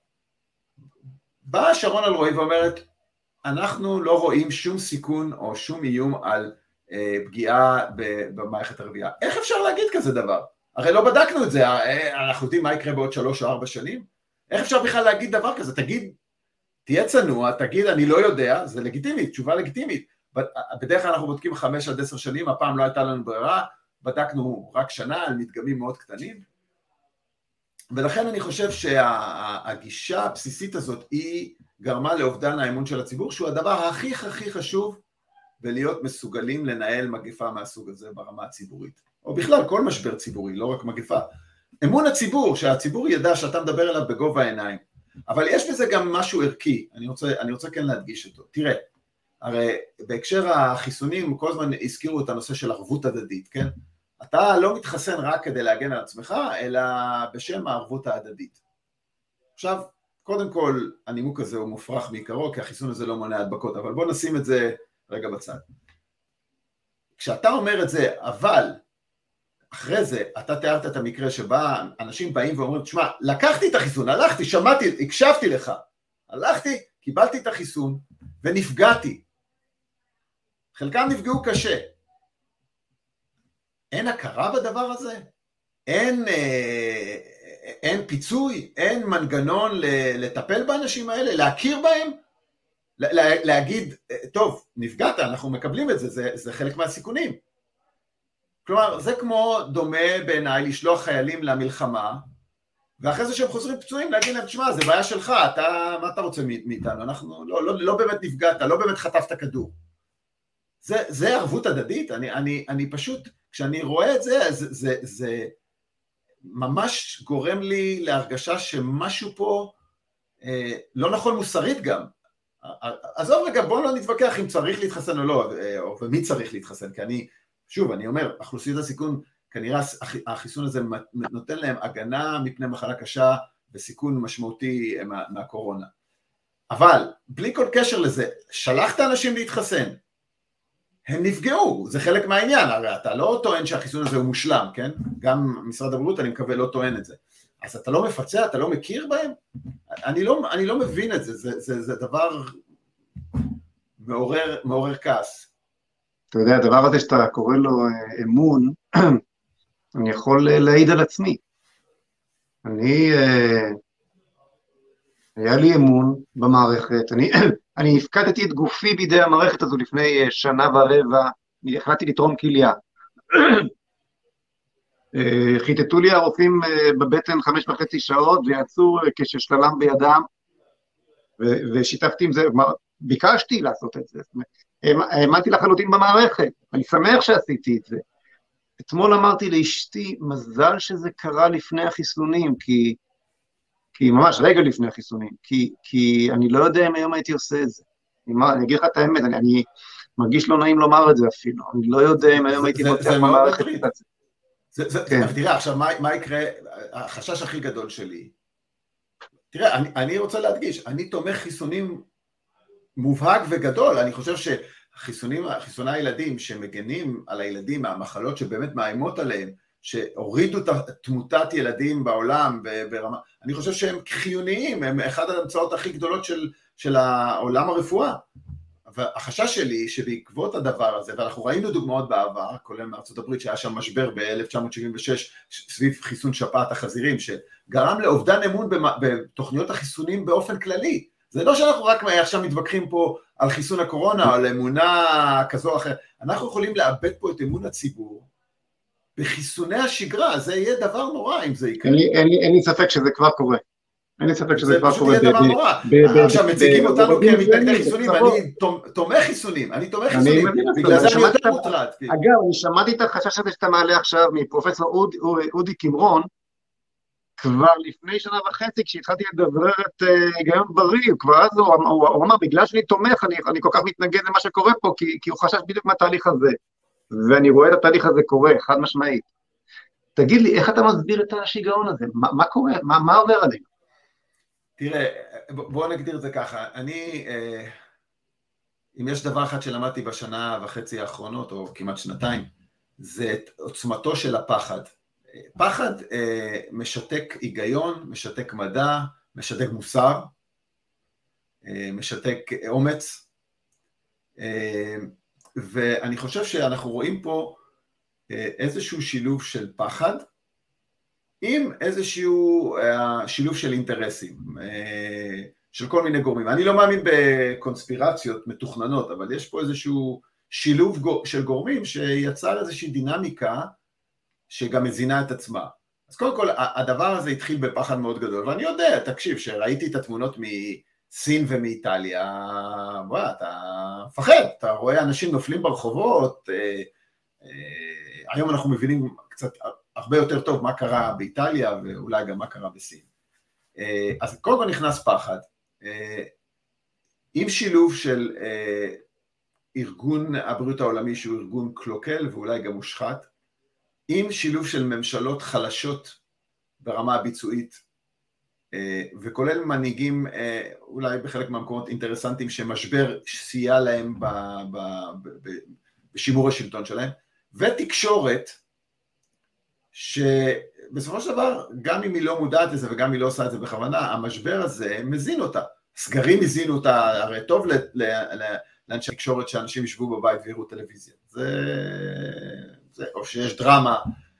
באה שרון אלרועי ואומרת, אנחנו לא רואים שום סיכון או שום איום על פגיעה במערכת הרבייה. איך אפשר להגיד כזה דבר? הרי לא בדקנו את זה, אנחנו יודעים מה יקרה בעוד שלוש או ארבע שנים. איך אפשר בכלל להגיד דבר כזה? תגיד, תהיה צנוע, תגיד אני לא יודע, זה לגיטימית, תשובה לגיטימית. בדרך כלל אנחנו בודקים חמש עד עשר שנים, הפעם לא הייתה לנו ברירה, בדקנו רק שנה על מדגמים מאוד קטנים, ולכן אני חושב שהגישה הבסיסית הזאת היא גרמה לאובדן האמון של הציבור, שהוא הדבר הכי הכי חשוב, ולהיות מסוגלים לנהל מגפה מהסוג הזה ברמה הציבורית, או בכלל כל משבר ציבורי, לא רק מגפה. אמון הציבור, שהציבור ידע שאתה מדבר אליו בגובה העיניים, אבל יש בזה גם משהו ערכי, אני רוצה, אני רוצה כן להדגיש אותו. תראה, הרי בהקשר החיסונים, כל הזמן הזכירו את הנושא של ערבות הדדית, כן? אתה לא מתחסן רק כדי להגן על עצמך, אלא בשם הערבות ההדדית. עכשיו, קודם כל, הנימוק הזה הוא מופרך מעיקרו, כי החיסון הזה לא מונע הדבקות, אבל בוא נשים את זה רגע בצד. כשאתה אומר את זה, אבל אחרי זה, אתה תיארת את המקרה שבה אנשים באים ואומרים, תשמע, לקחתי את החיסון, הלכתי, שמעתי, הקשבתי לך, הלכתי, קיבלתי את החיסון, ונפגעתי. חלקם נפגעו קשה. אין הכרה בדבר הזה? אין, אה, אין פיצוי? אין מנגנון לטפל באנשים האלה? להכיר בהם? לה, להגיד, טוב, נפגעת, אנחנו מקבלים את זה, זה, זה חלק מהסיכונים. כלומר, זה כמו דומה בעיניי לשלוח חיילים למלחמה, ואחרי זה שהם חוזרים פצועים, להגיד להם, תשמע, זה בעיה שלך, אתה, מה אתה רוצה מאיתנו? אנחנו לא, לא, לא באמת נפגעת, לא באמת חטפת כדור. זה, זה ערבות הדדית, אני, אני, אני פשוט, כשאני רואה את זה, זה, זה, זה ממש גורם לי להרגשה שמשהו פה אה, לא נכון מוסרית גם. עזוב רגע, בואו לא נתווכח אם צריך להתחסן או לא, או ומי צריך להתחסן, כי אני, שוב, אני אומר, אוכלוסיות הסיכון, כנראה החיסון הזה נותן להם הגנה מפני מחלה קשה וסיכון משמעותי מה, מהקורונה. אבל, בלי כל קשר לזה, שלחת אנשים להתחסן, הם נפגעו, זה חלק מהעניין, הרי אתה לא טוען שהחיסון הזה הוא מושלם, כן? גם משרד הבריאות אני מקווה לא טוען את זה. אז אתה לא מפצע, אתה לא מכיר בהם? אני לא, אני לא מבין את זה, זה, זה, זה דבר מעורר, מעורר כעס. אתה יודע, הדבר הזה שאתה קורא לו אמון, אני יכול להעיד על עצמי. אני, היה לי אמון במערכת, אני, אני הפקדתי את גופי בידי המערכת הזו לפני שנה ורבע, אני החלטתי לתרום כליה. חיטטו לי הרופאים בבטן חמש וחצי שעות, ויצאו כששלם בידם, ושיתפתי עם זה, ביקשתי לעשות את זה, האמנתי לחלוטין במערכת, אני שמח שעשיתי את זה. אתמול אמרתי לאשתי, מזל שזה קרה לפני החיסונים, כי, כי ממש רגע לפני החיסונים, כי, כי אני לא יודע אם היום הייתי עושה את זה. אני, אני אגיד לך את האמת, אני, אני מרגיש לא נעים לומר את זה אפילו, אני לא יודע אם היום הייתי פותח במערכת את זה. זה, זה, כן. תראה, עכשיו, מה, מה יקרה, החשש הכי גדול שלי, תראה, אני, אני רוצה להדגיש, אני תומך חיסונים מובהק וגדול, אני חושב שחיסונים, חיסוני הילדים שמגנים על הילדים מהמחלות שבאמת מאיימות עליהם, שהורידו את תמותת ילדים בעולם ברמה, אני חושב שהם חיוניים, הם אחד ההמצאות הכי גדולות של, של העולם הרפואה. והחשש שלי שבעקבות הדבר הזה, ואנחנו ראינו דוגמאות בעבר, כולל מארצות הברית שהיה שם משבר ב-אלף תשע מאות שבעים ושש סביב חיסון שפעת החזירים, שגרם לאובדן אמון בתוכניות החיסונים באופן כללי. זה לא שאנחנו רק עכשיו מתווכחים פה על חיסון הקורונה, או על אמונה כזו או אחרת, אנחנו יכולים לאבד פה את אמון הציבור, בחיסוני השגרה, זה יהיה דבר נורא אם זה יקרה. אין לי, אין לי, אין לי ספק שזה כבר קורה. אין לי ספק שזה כבר קורה. זה פשוט יהיה דבר נורא. עכשיו מציגים אותנו כמתנגדי חיסונים, אני תומך חיסונים, אני תומך חיסונים, בגלל זה אני יותר מוטרד. אגב, אני שמעתי את החשש הזה שאתה מעלה עכשיו מפרופסור אודי קמרון, כבר לפני שנה וחצי, כשהתחלתי לדבר את היגיון בריא, כבר אז הוא אמר, בגלל שאני תומך, אני כל כך מתנגד למה שקורה פה, כי הוא חשש בדיוק מהתהליך הזה. ואני רואה את התהליך הזה קורה, חד משמעית. תגיד לי, איך אתה מסביר את השיגעון הזה? מה, מה קורה? מה, מה עובר עלינו? תראה, בואו נגדיר את זה ככה. אני, אם יש דבר אחד שלמדתי בשנה וחצי האחרונות, או כמעט שנתיים, זה את עוצמתו של הפחד. פחד משתק היגיון, משתק מדע, משתק מוסר, משתק אומץ, ואני חושב שאנחנו רואים פה איזשהו שילוב של פחד, עם איזשהו שילוב של אינטרסים, של כל מיני גורמים. אני לא מאמין בקונספירציות מתוכננות, אבל יש פה איזשהו שילוב של גורמים שיצר איזושהי דינמיקה שגם מזינה את עצמה. אז קודם כל, הדבר הזה התחיל בפחד מאוד גדול, ואני יודע, תקשיב, שראיתי את התמונות מסין ומאיטליה, בוא, אתה מפחד, אתה רואה אנשים נופלים ברחובות, היום אנחנו מבינים קצת הרבה יותר טוב מה קרה באיטליה, ואולי גם מה קרה בסין. אז קודם כל נכנס פחד, עם שילוב של ארגון הבריאות העולמי, שהוא ארגון קלוקל ואולי גם מושחת, עם שילוב של ממשלות חלשות ברמה הביצועית, וכולל מנהיגים אולי בחלק מהמקומות אינטרסנטיים שמשבר סייע להם בשימור השלטון שלהם, ותקשורת שבסופו של דבר, גם אם היא לא מודעת לזה וגם אם היא לא עושה את זה בכוונה, המשבר הזה מזין אותה. סגרים מזינו אותה, הרי טוב לאנשי תקשורת שאנשים ישבו בבית ויראו טלוויזיה. זה, זה, או שיש דרמה.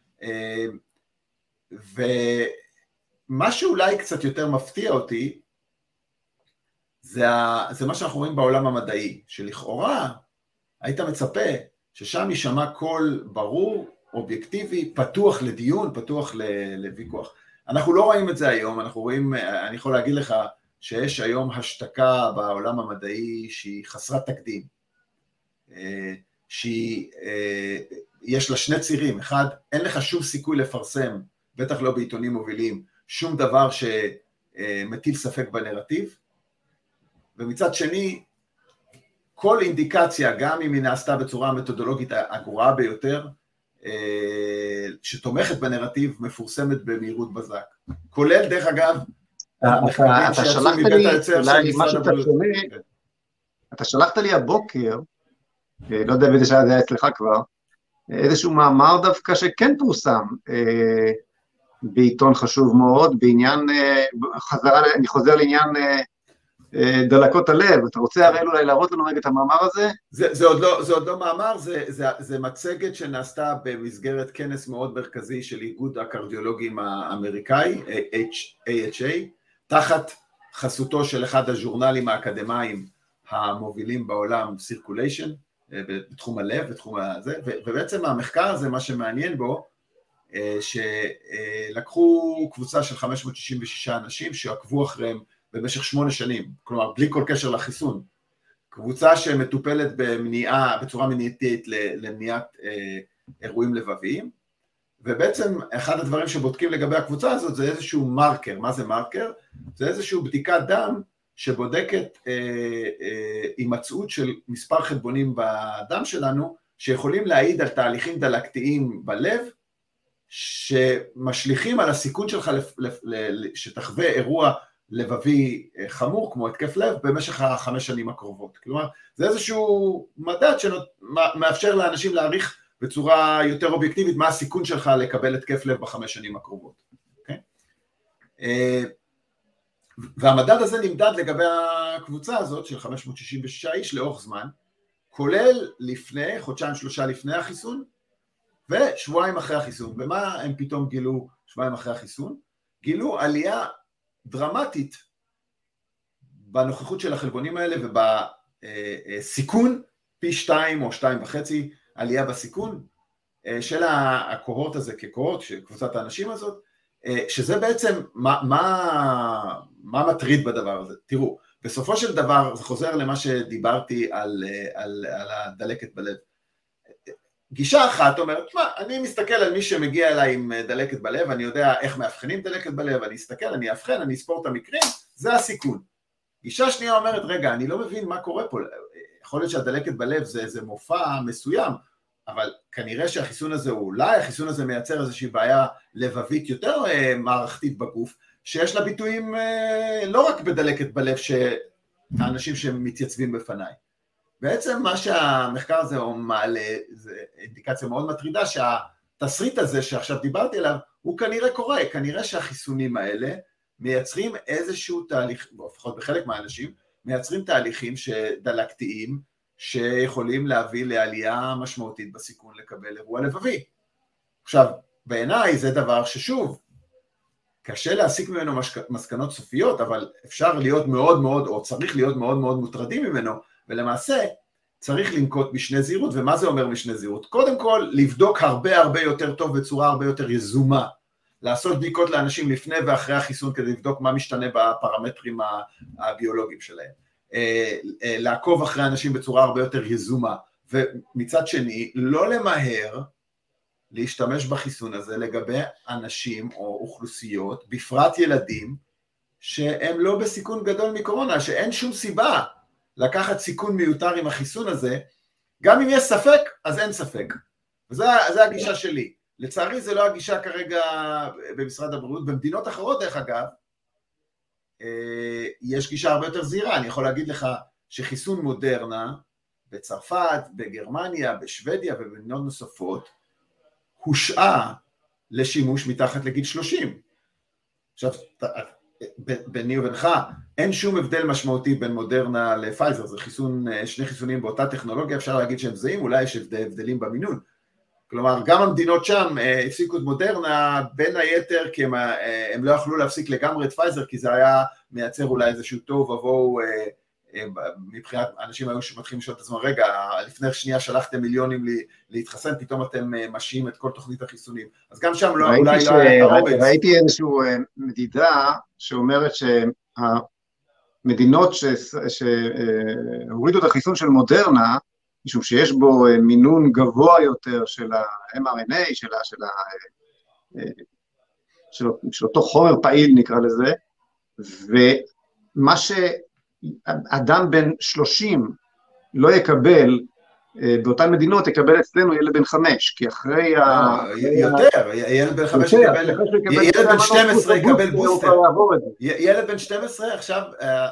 ומה שאולי קצת יותר מפתיע אותי, זה, זה מה שאנחנו רואים בעולם המדעי, שלכאורה היית מצפה ששם יישמע קול ברור, אובייקטיבי, פתוח לדיון, פתוח לוויכוח. אנחנו לא רואים את זה היום, אנחנו רואים, אני יכול להגיד לך שיש היום השתקה בעולם המדעי שהיא חסרת תקדים, שיש לה שני צירים, אחד, אין לך שום סיכוי לפרסם, בטח לא בעיתונים מובילים, שום דבר שמטיל ספק בנרטיב, ומצד שני, כל אינדיקציה, גם אם היא נעשתה בצורה המתודולוגית הגרועה ביותר, שתומכת בנרטיב, מפורסמת במהירות בזק. כולל, דרך אגב, אתה שלחת לי, אולי משהו קצת שונה, אתה שלחת לי הבוקר, לא יודע באיזה שעה זה היה אצלך כבר, איזשהו מאמר דווקא שכן פורסם, בעיתון חשוב מאוד, בעניין, אני חוזר לעניין דלקות הלב. אתה רוצה הרי אולי להראות לנו רגע את המאמר הזה? זה, זה, עוד לא, זה עוד לא מאמר, זה, זה, זה מצגת שנעשתה במסגרת כנס מאוד מרכזי של איגוד הקרדיולוגים האמריקאי, A H A, תחת חסותו של אחד הז'ורנלים האקדמיים המובילים בעולם, Circulation, בתחום הלב, בתחום הזה, ובעצם המחקר הזה, מה שמעניין בו, שלקחו קבוצה של חמש מאות שישים ושישה אנשים שעקבו אחריהם במשך שמונה שנים, כלומר בלי כל קשר לחיסון, קבוצה שמטופלת במניעה, בצורה מניעתית למניעת אירועים לבביים, ובעצם אחד הדברים שבודקים לגבי הקבוצה הזאת זה איזשהו מרקר. מה זה מרקר? זה איזשהו בדיקת דם שבודקת הימצאות של מספר חלבונים בדם שלנו, שיכולים להעיד על תהליכים דלקתיים בלב, שמשליכים על הסיכון שלך שתחווה אירוע לבבי חמור, כמו התקף לב, במשך החמש שנים הקרובות. כלומר, זה איזשהו מדד שמאפשר לאנשים להעריך בצורה יותר אובייקטיבית מה הסיכון שלך לקבל התקף לב בחמש שנים הקרובות. Okay? והמדד הזה נמדד לגבי הקבוצה הזאת של חמש מאות שישים ושישה איש לאורך זמן, כולל לפני, חודשיים שלושה לפני החיסון, ושבועיים אחרי החיסון. ומה הם פתאום גילו שבועיים אחרי החיסון? גילו עלייה דרמטית בנוכחות של החלבונים האלה ובסיכון, פי שתיים או שתיים וחצי עלייה בסיכון, של הקוהורט הזה כקוהורט, של קבוצת האנשים הזאת, שזה בעצם מה, מה, מה מטריד בדבר הזה. תראו, בסופו של דבר, זה חוזר למה שדיברתי על, על, על הדלקת בלב. גישה אחת אומרת, מה, אני מסתכל על מי שמגיע אליי עם דלקת בלב, אני יודע איך מאבחנים דלקת בלב, אני אסתכל, אני אבחן, אני אספור את המקרים, זה הסיכון. גישה שנייה אומרת, רגע, אני לא מבין מה קורה פה, יכול להיות שהדלקת בלב זה איזה מופע מסוים, אבל כנראה שהחיסון הזה, אולי החיסון הזה מייצר איזושהי בעיה לבבית יותר מערכתית בגוף, שיש לה ביטויים לא רק בדלקת בלב, שהאנשים שמתייצבים בפניי. בעצם מה שהמחקר הזה מעלה, זה אינדיקציה מאוד מטרידה, שהתסריט הזה שעכשיו דיברתי עליו, הוא כנראה קורה, כנראה שהחיסונים האלה מייצרים איזשהו תהליך, לפחות בחלק מהאנשים, מייצרים תהליכים דלקתיים, שיכולים להביא לעלייה משמעותית בסיכון לקבל אירוע לבבי. עכשיו, בעיניי זה דבר ששוב, קשה להסיק ממנו מסקנות סופיות, אבל אפשר להיות מאוד מאוד, או צריך להיות מאוד מאוד מוטרדים ממנו, ולמעשה צריך לנקוט משנה זהירות, ומה זה אומר משנה זהירות? קודם כל, לבדוק הרבה הרבה יותר טוב בצורה הרבה יותר יזומה, לעשות בדיקות לאנשים לפני ואחרי החיסון, כדי לבדוק מה משתנה בפרמטרים הביולוגיים שלהם, לעקוב אחרי אנשים בצורה הרבה יותר יזומה, ומצד שני, לא למהר להשתמש בחיסון הזה לגבי אנשים או אוכלוסיות, בפרט ילדים, שהם לא בסיכון גדול מקורונה, שאין שום סיבה לקחת סיכון מיותר עם החיסון הזה, גם אם יש ספק, אז אין ספק. וזו הגישה שלי. לצערי זה לא הגישה כרגע במשרד הבריאות, במדינות אחרות דרך אגב, יש גישה הרבה יותר זהירה. אני יכול להגיד לך שחיסון מודרנה, בצרפת, בגרמניה, בשוודיה ובמדינות נוספות, הושעה לשימוש מתחת לגיל שלושים. עכשיו, ביני ובינך, אין שום הבדל משמעותי בין מודרנה לפייזר, זה חיסון, שני חיסונים באותה טכנולוגיה, אפשר להגיד שהם זהים, אולי יש הבדלים במינון. כלומר, גם המדינות שם הפסיקו את מודרנה, בין היתר, כי הם, הם לא יכלו להפסיק לגמרי את פייזר, כי זה היה מייצר אולי איזשהו טוב ובואו, מבחינת אנשים היו שמתחילים לשאול את עצמם, רגע, לפני שנייה שלחתם מיליונים להתחסן, פתאום אתם משאים את כל תוכנית החיסונים. אז גם שם לא, אולי ש... לא היה את הרובץ. ראיתי איזושהי מדידה שאומרת שהמדינות שהורידו את החיסון של מודרנה, משום שיש בו מינון גבוה יותר של ה-אם אר אן איי, של, של, של, של אותו חומר פעיל נקרא לזה, ומה שאדם בן שלושים לא יקבל, באותן מדינות יקבל אצלנו ילד בן חמש, כי אחרי ה... יותר, ילד בן חמש יקבל, ילד בן שתים עשרה יקבל בוסטר, ילד בן שתים עשרה עכשיו,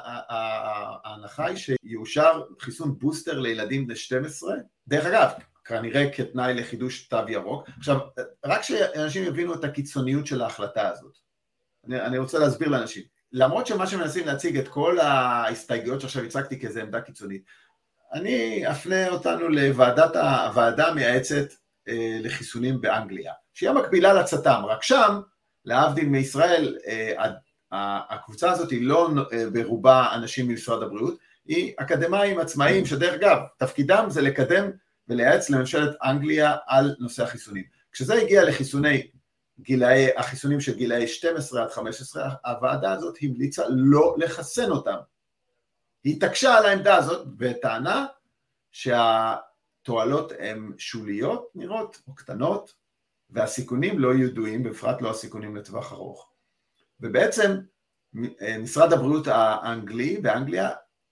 ההנחה היא שיאושר חיסון בוסטר לילדים בני שתים עשרה, דרך אגב, כנראה כתנאי לחידוש תו ירוק. עכשיו, רק שאנשים יבינו את הקיצוניות של ההחלטה הזאת, אני רוצה להסביר לאנשים, למרות שמה שמנסים להציג את כל ההסתייגויות שעכשיו הצגתי כאיזו עמדה קיצונית, אני אפנה אותנו לוועדת הוועדה המייעצת אה, לחיסונים באנגליה, שהיא המקבילה לצט"ם, רק שם, להבדיל מישראל, אה, הקבוצה הזאת היא לא אה, ברובה אנשים ממשרד הבריאות, היא אקדמיים עצמאיים, שדרך אגב, תפקידם זה לקדם ולייעץ לממשלת אנגליה על נושא החיסונים. כשזה הגיע לחיסוני גילאי, החיסונים של גילאי שתים עשרה עד חמש עשרה, הוועדה הזאת המליצה לא לחסן אותם. היא התעקשה על העמדה הזאת בטענה שהתועלות הן שוליות, נראות או קטנות, והסיכונים לא ידועים, בפרט לא הסיכונים לטווח ארוך. ובעצם משרד הבריאות האנגלי באנגליה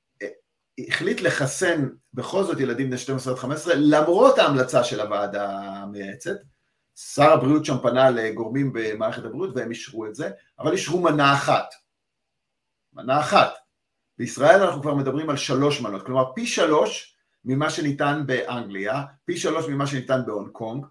החליט לחסן בכל זאת ילדים בני שתים עשרה עד חמש עשרה, למרות ההמלצה של הוועדה המייעצת. שר הבריאות שם פנה לגורמים במערכת הבריאות והם אישרו את זה, אבל אישרו מנה אחת. מנה אחת. בישראל אנחנו כבר מדברים על שלוש מנות, כלומר פי שלוש ממה שניתן באנגליה, פי שלוש ממה שניתן בהונג קונג,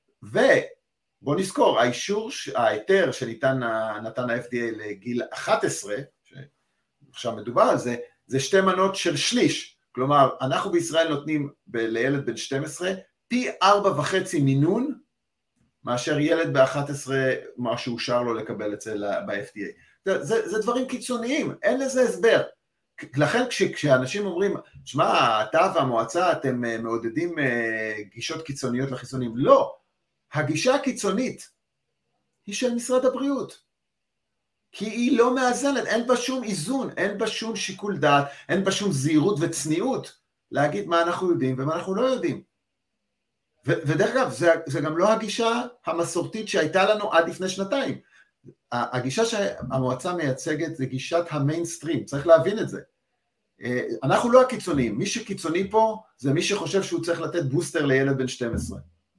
ובוא נזכור, האישור, ההיתר שניתן נתן ה-אף די איי לגיל אחת עשרה, שעכשיו מדובר על זה, זה שתי מנות של שליש, כלומר אנחנו בישראל נותנים ב- לילד בן שתים עשרה, פי ארבע וחצי מינון, מאשר ילד ב-אחת עשרה, מה שאושר לו לקבל אצל ב-אף די איי. זה, זה, זה דברים קיצוניים, אין לזה הסבר. לכן כש, כשאנשים אומרים, שמע, אתה והמועצה, אתם מעודדים גישות קיצוניות לחיסונים, לא. הגישה הקיצונית היא של משרד הבריאות, כי היא לא מאזנת, אין בה שום איזון, אין בה שום שיקול דעת, אין בה שום זהירות וצניעות להגיד מה אנחנו יודעים ומה אנחנו לא יודעים. ו- ודרך אגב, זה, זה גם לא הגישה המסורתית שהייתה לנו עד לפני שנתיים. הגישה שהמועצה מייצגת זה גישת המיינסטרים, צריך להבין את זה. אנחנו לא הקיצוניים, מי שקיצוני פה זה מי שחושב שהוא צריך לתת בוסטר לילד בן שתים עשרה.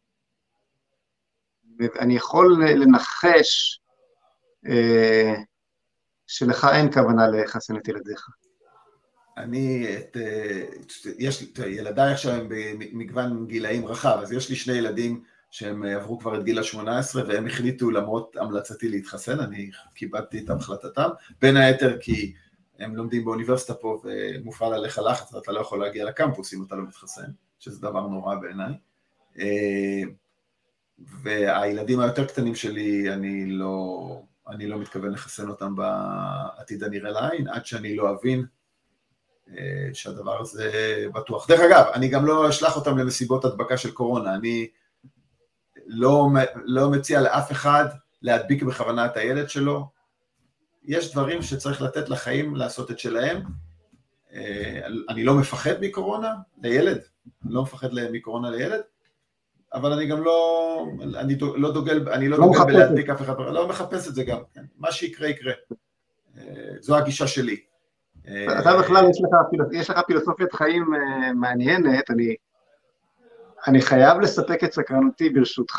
אני יכול לנחש שלך אין כוונה לחסן את ילדיך. אני, את, יש לי, ילדיי עכשיו הם במגוון גילאים רחב, אז יש לי שני ילדים שהם עברו כבר את גיל ה-שמונה עשרה, והם החליטו למרות המלצתי להתחסן, אני קיבלתי את החלטתם, בין היתר כי הם לומדים באוניברסיטה פה, ומופעל עליך לחץ, ואתה לא יכול להגיע לקמפוס אם אתה לא מתחסן, שזה דבר נורא בעיניי. והילדים היותר קטנים שלי, אני לא, אני לא מתכוון לחסן אותם בעתיד הנראה לעין, עד שאני לא אבין שהדבר הזה בטוח. דרך אגב, אני גם לא אשלח אותם למסיבות הדבקה של קורונה, אני לא, לא מציע לאף אחד להדביק בכוונה את הילד שלו, יש דברים שצריך לתת לחיים לעשות את שלהם, אני לא מפחד מקורונה לילד, אני לא מפחד מקורונה לילד, אבל אני גם לא, אני לא דוגל, אני לא, לא דוגל בלהדביק אף אחד, לא מחפש את זה גם, מה שיקרה יקרה, זו הגישה שלי. אתה בכלל, יש לך, יש לך פילוסופיית חיים מעניינת, אני, אני חייב לספק את סקרנותי ברשותך,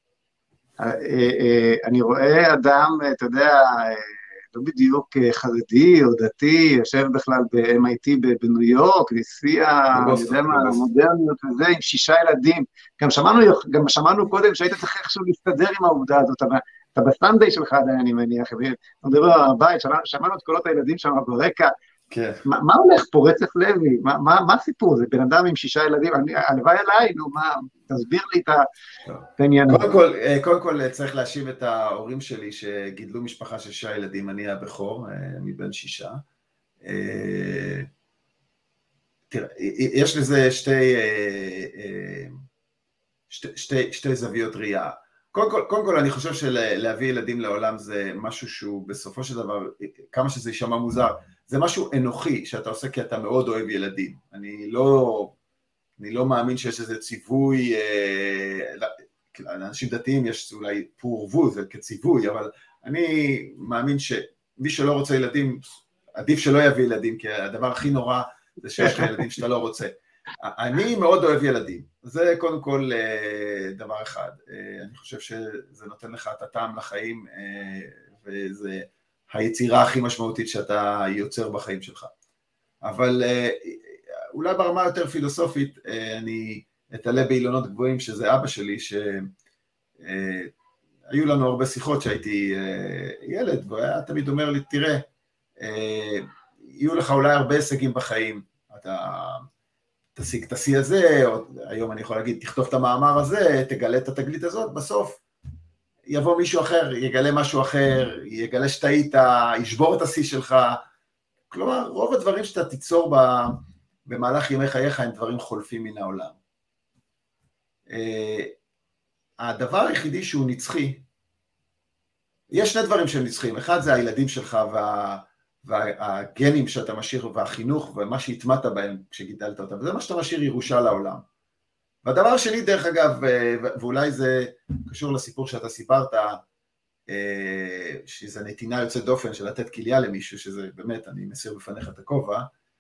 אני רואה אדם, אתה יודע, לא בדיוק חרדי או דתי, יושב בכלל ב-אם איי טי בניו יורק, נשיא המודרניות וזה, עם שישה ילדים, גם שמענו, גם שמענו קודם שהיית צריך איכשהו להסתדר עם העובדה הזאת, אבל אתה בסטנדיי שלך עדיין, אני מניח, אתה מדבר על הבית, שמענו את קולות הילדים שם ברקע, מה הולך פה, רצף לוי, מה הסיפור? זה בן אדם עם שישה ילדים, הלוואי עליי, נו, מה, תסביר לי את העניין. קודם כל צריך להשיב את ההורים שלי שגידלו משפחה של שישה ילדים, אני הבכור, מבין שישה. תראה, יש לזה שתי זוויות ראייה. קודם כל, קודם כל אני חושב שלהביא ילדים לעולם זה משהו שהוא בסופו של דבר, כמה שזה יישמע מוזר, זה משהו אנוכי שאתה עושה כי אתה מאוד אוהב ילדים. אני לא, אני לא מאמין שיש איזה ציווי, לאנשים דתיים יש אולי פורבו, זה כציווי, אבל אני מאמין שמי שלא רוצה ילדים, עדיף שלא יביא ילדים, כי הדבר הכי נורא זה שיש לך ילדים שאתה לא רוצה. אני מאוד אוהב ילדים, זה קודם כל דבר אחד, אני חושב שזה נותן לך את הטעם לחיים, וזה היצירה הכי משמעותית שאתה יוצר בחיים שלך. אבל אולי ברמה יותר פילוסופית, אני אתעלה באילונות גבוהים, שזה אבא שלי, שהיו לנו הרבה שיחות שהייתי ילד, והוא היה תמיד אומר לי, תראה, יהיו לך אולי הרבה הישגים בחיים, אתה תשיג את השיא הזה, או היום אני יכול להגיד, תכתוב את המאמר הזה, תגלה את התגלית הזאת, בסוף יבוא מישהו אחר, יגלה משהו אחר, יגלה שטעית, ישבור את השיא שלך, כלומר, רוב הדברים שאתה תיצור במהלך ימי חייך הם דברים חולפים מן העולם. הדבר היחידי שהוא נצחי, יש שני דברים שהם נצחיים, אחד זה הילדים שלך וה... והגנים שאתה משאיר, והחינוך, ומה שהתמדת בהם כשגידלת אותם, וזה מה שאתה משאיר ירושה לעולם. והדבר השני, דרך אגב, ואולי זה קשור לסיפור שאתה סיפרת, שזה נתינה יוצאת דופן של לתת כליה למישהו, שזה באמת, אני מסיר בפניך את הכובע,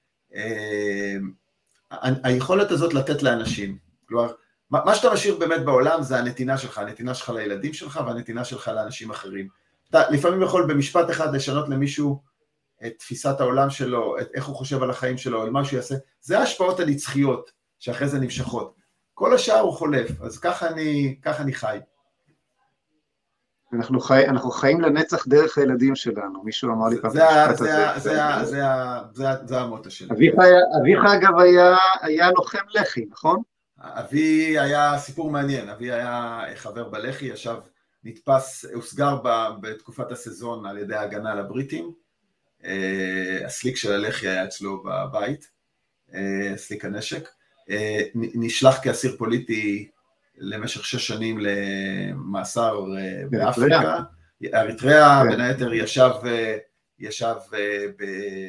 היכולת הזאת לתת לאנשים, כלומר, מה שאתה משאיר באמת בעולם זה הנתינה שלך, הנתינה שלך לילדים שלך, והנתינה שלך לאנשים אחרים. אתה לפעמים יכול במשפט אחד לשנות למישהו, את תפיסת העולם שלו, את איך הוא חושב על החיים שלו, על מה שהוא יעשה, זה ההשפעות הנצחיות, שאחרי זה נמשכות. כל השאר הוא חולף, אז ככה אני, ככה אני חי. אנחנו, חי, אנחנו חיים לנצח דרך הילדים שלנו, מישהו אמר לי פעם. זה, זה, זה, זה, זה, זה, זה המוטו שלי. אביך, אביך אגב היה, היה לוחם לח"י, נכון? אבי היה סיפור מעניין, אבי היה חבר בלח"י, ישב, נתפס, הוסגר בתקופת הסזון על ידי ההגנה על הבריטים, הסליק של הלח"י היה אצלו בבית, סליק הנשק, נשלח כאסיר פוליטי למשך שש שנים למאסר באפריקה. אריתריאה, בין היתר, ישב, ישב, ב,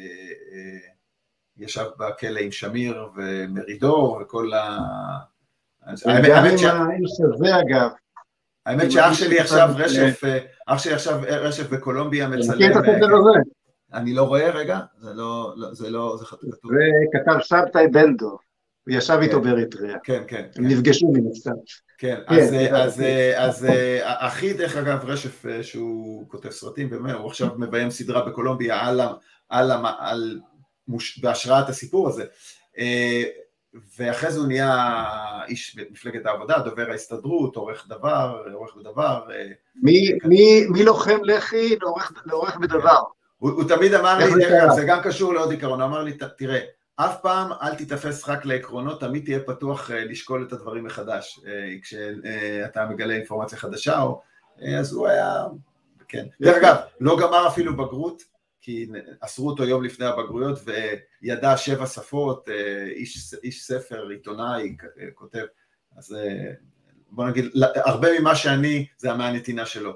ישב בכלא עם שמיר ומרידור וכל ה... האמת שזה אגב. האמת שאח שלי עכשיו רשף, אח שלי עכשיו רשף בקולומביה מצלם. אני לא רואה, רגע, זה לא, זה לא, זה כתוב. וכתב שבתאי בנדו, הוא ישב איתו באריתריאה. כן, כן. הם נפגשו מן הסתם. כן, אז אחי דרך אגב רשף שהוא כותב סרטים, הוא עכשיו מביים סדרה בקולומביה על בהשראת הסיפור הזה, ואחרי זה הוא נהיה איש במפלגת העבודה, דובר ההסתדרות, עורך דבר, עורך בדבר. מי לוחם לחי לעורך בדבר? הוא תמיד אמר לי, זה גם קשור לעוד עיקרון, הוא אמר לי, תראה, אף פעם אל תתאפס רק לעקרונות, תמיד תהיה פתוח לשקול את הדברים מחדש, כשאתה מגלה אינפורמציה חדשה, אז הוא היה, כן. דרך אגב, לא גמר אפילו בגרות, כי אסרו אותו יום לפני הבגרויות, וידע שבע שפות, איש, איש ספר, עיתונאי, כותב, אז בוא נגיד, הרבה ממה שאני, זה מהנתינה שלו.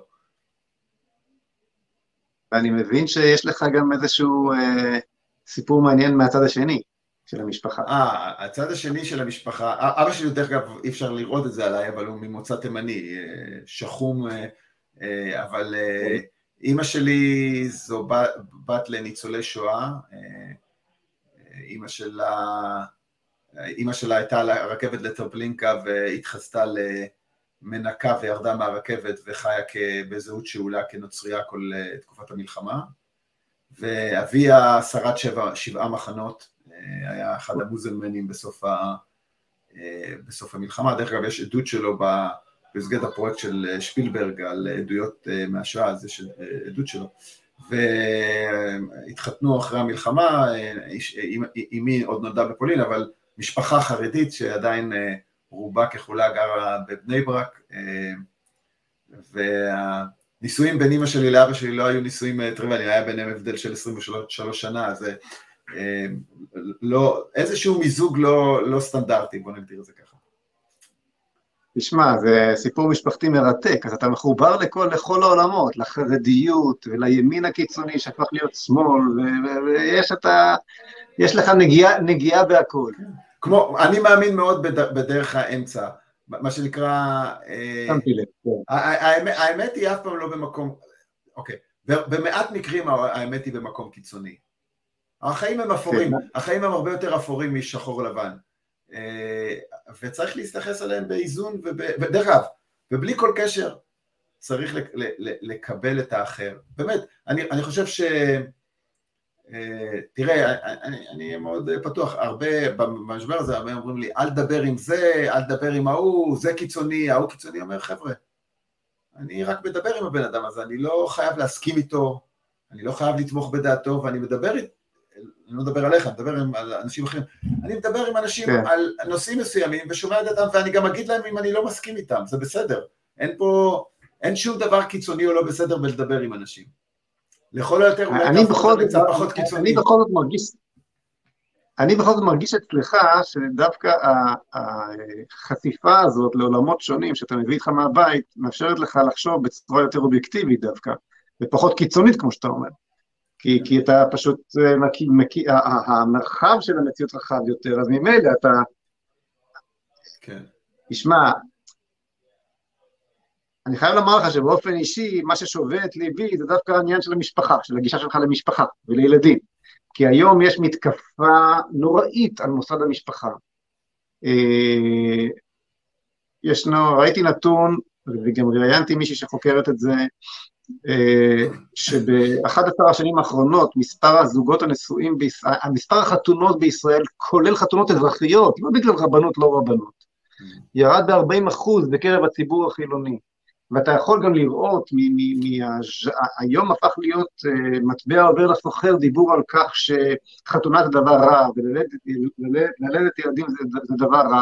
ואני מבין שיש לך גם איזשהו אה, סיפור מעניין מהצד השני של המשפחה. אה, הצד השני של המשפחה, אבא שלי דרך אגב, אי אפשר לראות את זה עליי, אבל הוא ממוצא תימני, שחום, אבל אמא שלי זו בת, בת לניצולי שואה, אמא שלה, אמא שלה הייתה על הרכבת לטרבלינקה והתחזתה למנקה וירדה מהרכבת וחיה בזהות שאולה כנוצריה כל תקופת המלחמה, ואביה שרד שבע, שבעה מחנות, היה אחד המוזלמנים בסוף, ה, בסוף המלחמה. דרך אגב יש עדות שלו במסגרת הפרויקט של שפילברג על עדויות מהשואה, אז יש עדות שלו, והתחתנו אחרי המלחמה, אמי עוד נולדה בפולין, אבל משפחה חרדית שעדיין רובה ככולה גרה בבני ברק, והנישואים בין אמא שלי לאבא שלי לא היו נישואים טריוויאליים, היה ביניהם הבדל של עשרים ושלוש שנה, אז לא, איזשהו מיזוג לא, לא סטנדרטי, בוא נגדיר את זה ככה. תשמע, זה סיפור משפחתי מרתק, אז אתה מחובר לכל, לכל העולמות, לחרדיות ולימין הקיצוני שהפך להיות שמאל, ויש אתה, יש לך נגיעה, נגיעה בהכל. כמו, אני מאמין מאוד בדרך האמצע, מה שנקרא, שמתי לב. האמת היא אף פעם לא במקום, אוקיי, במעט מקרים האמת היא במקום קיצוני. החיים הם אפורים, החיים הם הרבה יותר אפורים משחור לבן, וצריך להסתחס עליהם באיזון, ודרך אגב, ובלי כל קשר, צריך לקבל את האחר. באמת, אני חושב ש... תראה, אני אהיה מאוד פתוח, הרבה במשבר הזה, הרבה אומרים לי, אל תדבר עם זה, אל תדבר עם ההוא, זה קיצוני, ההוא קיצוני, אומר, חבר'ה, אני רק מדבר עם הבן אדם הזה, אני לא חייב להסכים איתו, אני לא חייב לתמוך בדעתו, ואני מדבר איתו, אני לא מדבר עליך, אני מדבר עם אנשים אחרים, אני מדבר עם אנשים כן. על נושאים מסוימים, ושומע את דעתם, ואני גם אגיד להם אם אני לא מסכים איתם, זה בסדר, אין פה, אין שום דבר קיצוני או לא בסדר בלדבר עם אנשים. לכל היותר, אני בכל זאת פחות קיצוני. אני בכל זאת מרגיש, אני בכל זאת מרגיש אצלך, שדווקא החשיפה הזאת לעולמות שונים, שאתה מביא איתך מהבית, מאפשרת לך לחשוב בצורה יותר אובייקטיבית דווקא, ופחות קיצונית, כמו שאתה אומר. כי, כי אתה פשוט, מקי, המרחב של המציאות רחב יותר, אז ממילא אתה... כן. תשמע, אני חייב לומר לך שבאופן אישי, מה ששובה את ליבי, זה דווקא העניין של המשפחה, של הגישה שלך למשפחה ולילדים. כי היום יש מתקפה נוראית על מוסד המשפחה. ישנו, ראיתי נתון, וגם ראיינתי מישהי שחוקרת את זה, שבאחת עשר השנים האחרונות, מספר הזוגות הנשואים בישראל, מספר החתונות בישראל, כולל חתונות אזרחיות, לא בגלל רבנות, לא רבנות, ירד ב-ארבעים אחוז בקרב הציבור החילוני. ואתה יכול גם לראות, היום הפך להיות מטבע עובר לסוחר דיבור על כך שחתונה זה דבר רע, וללדת ילדים זה דבר רע,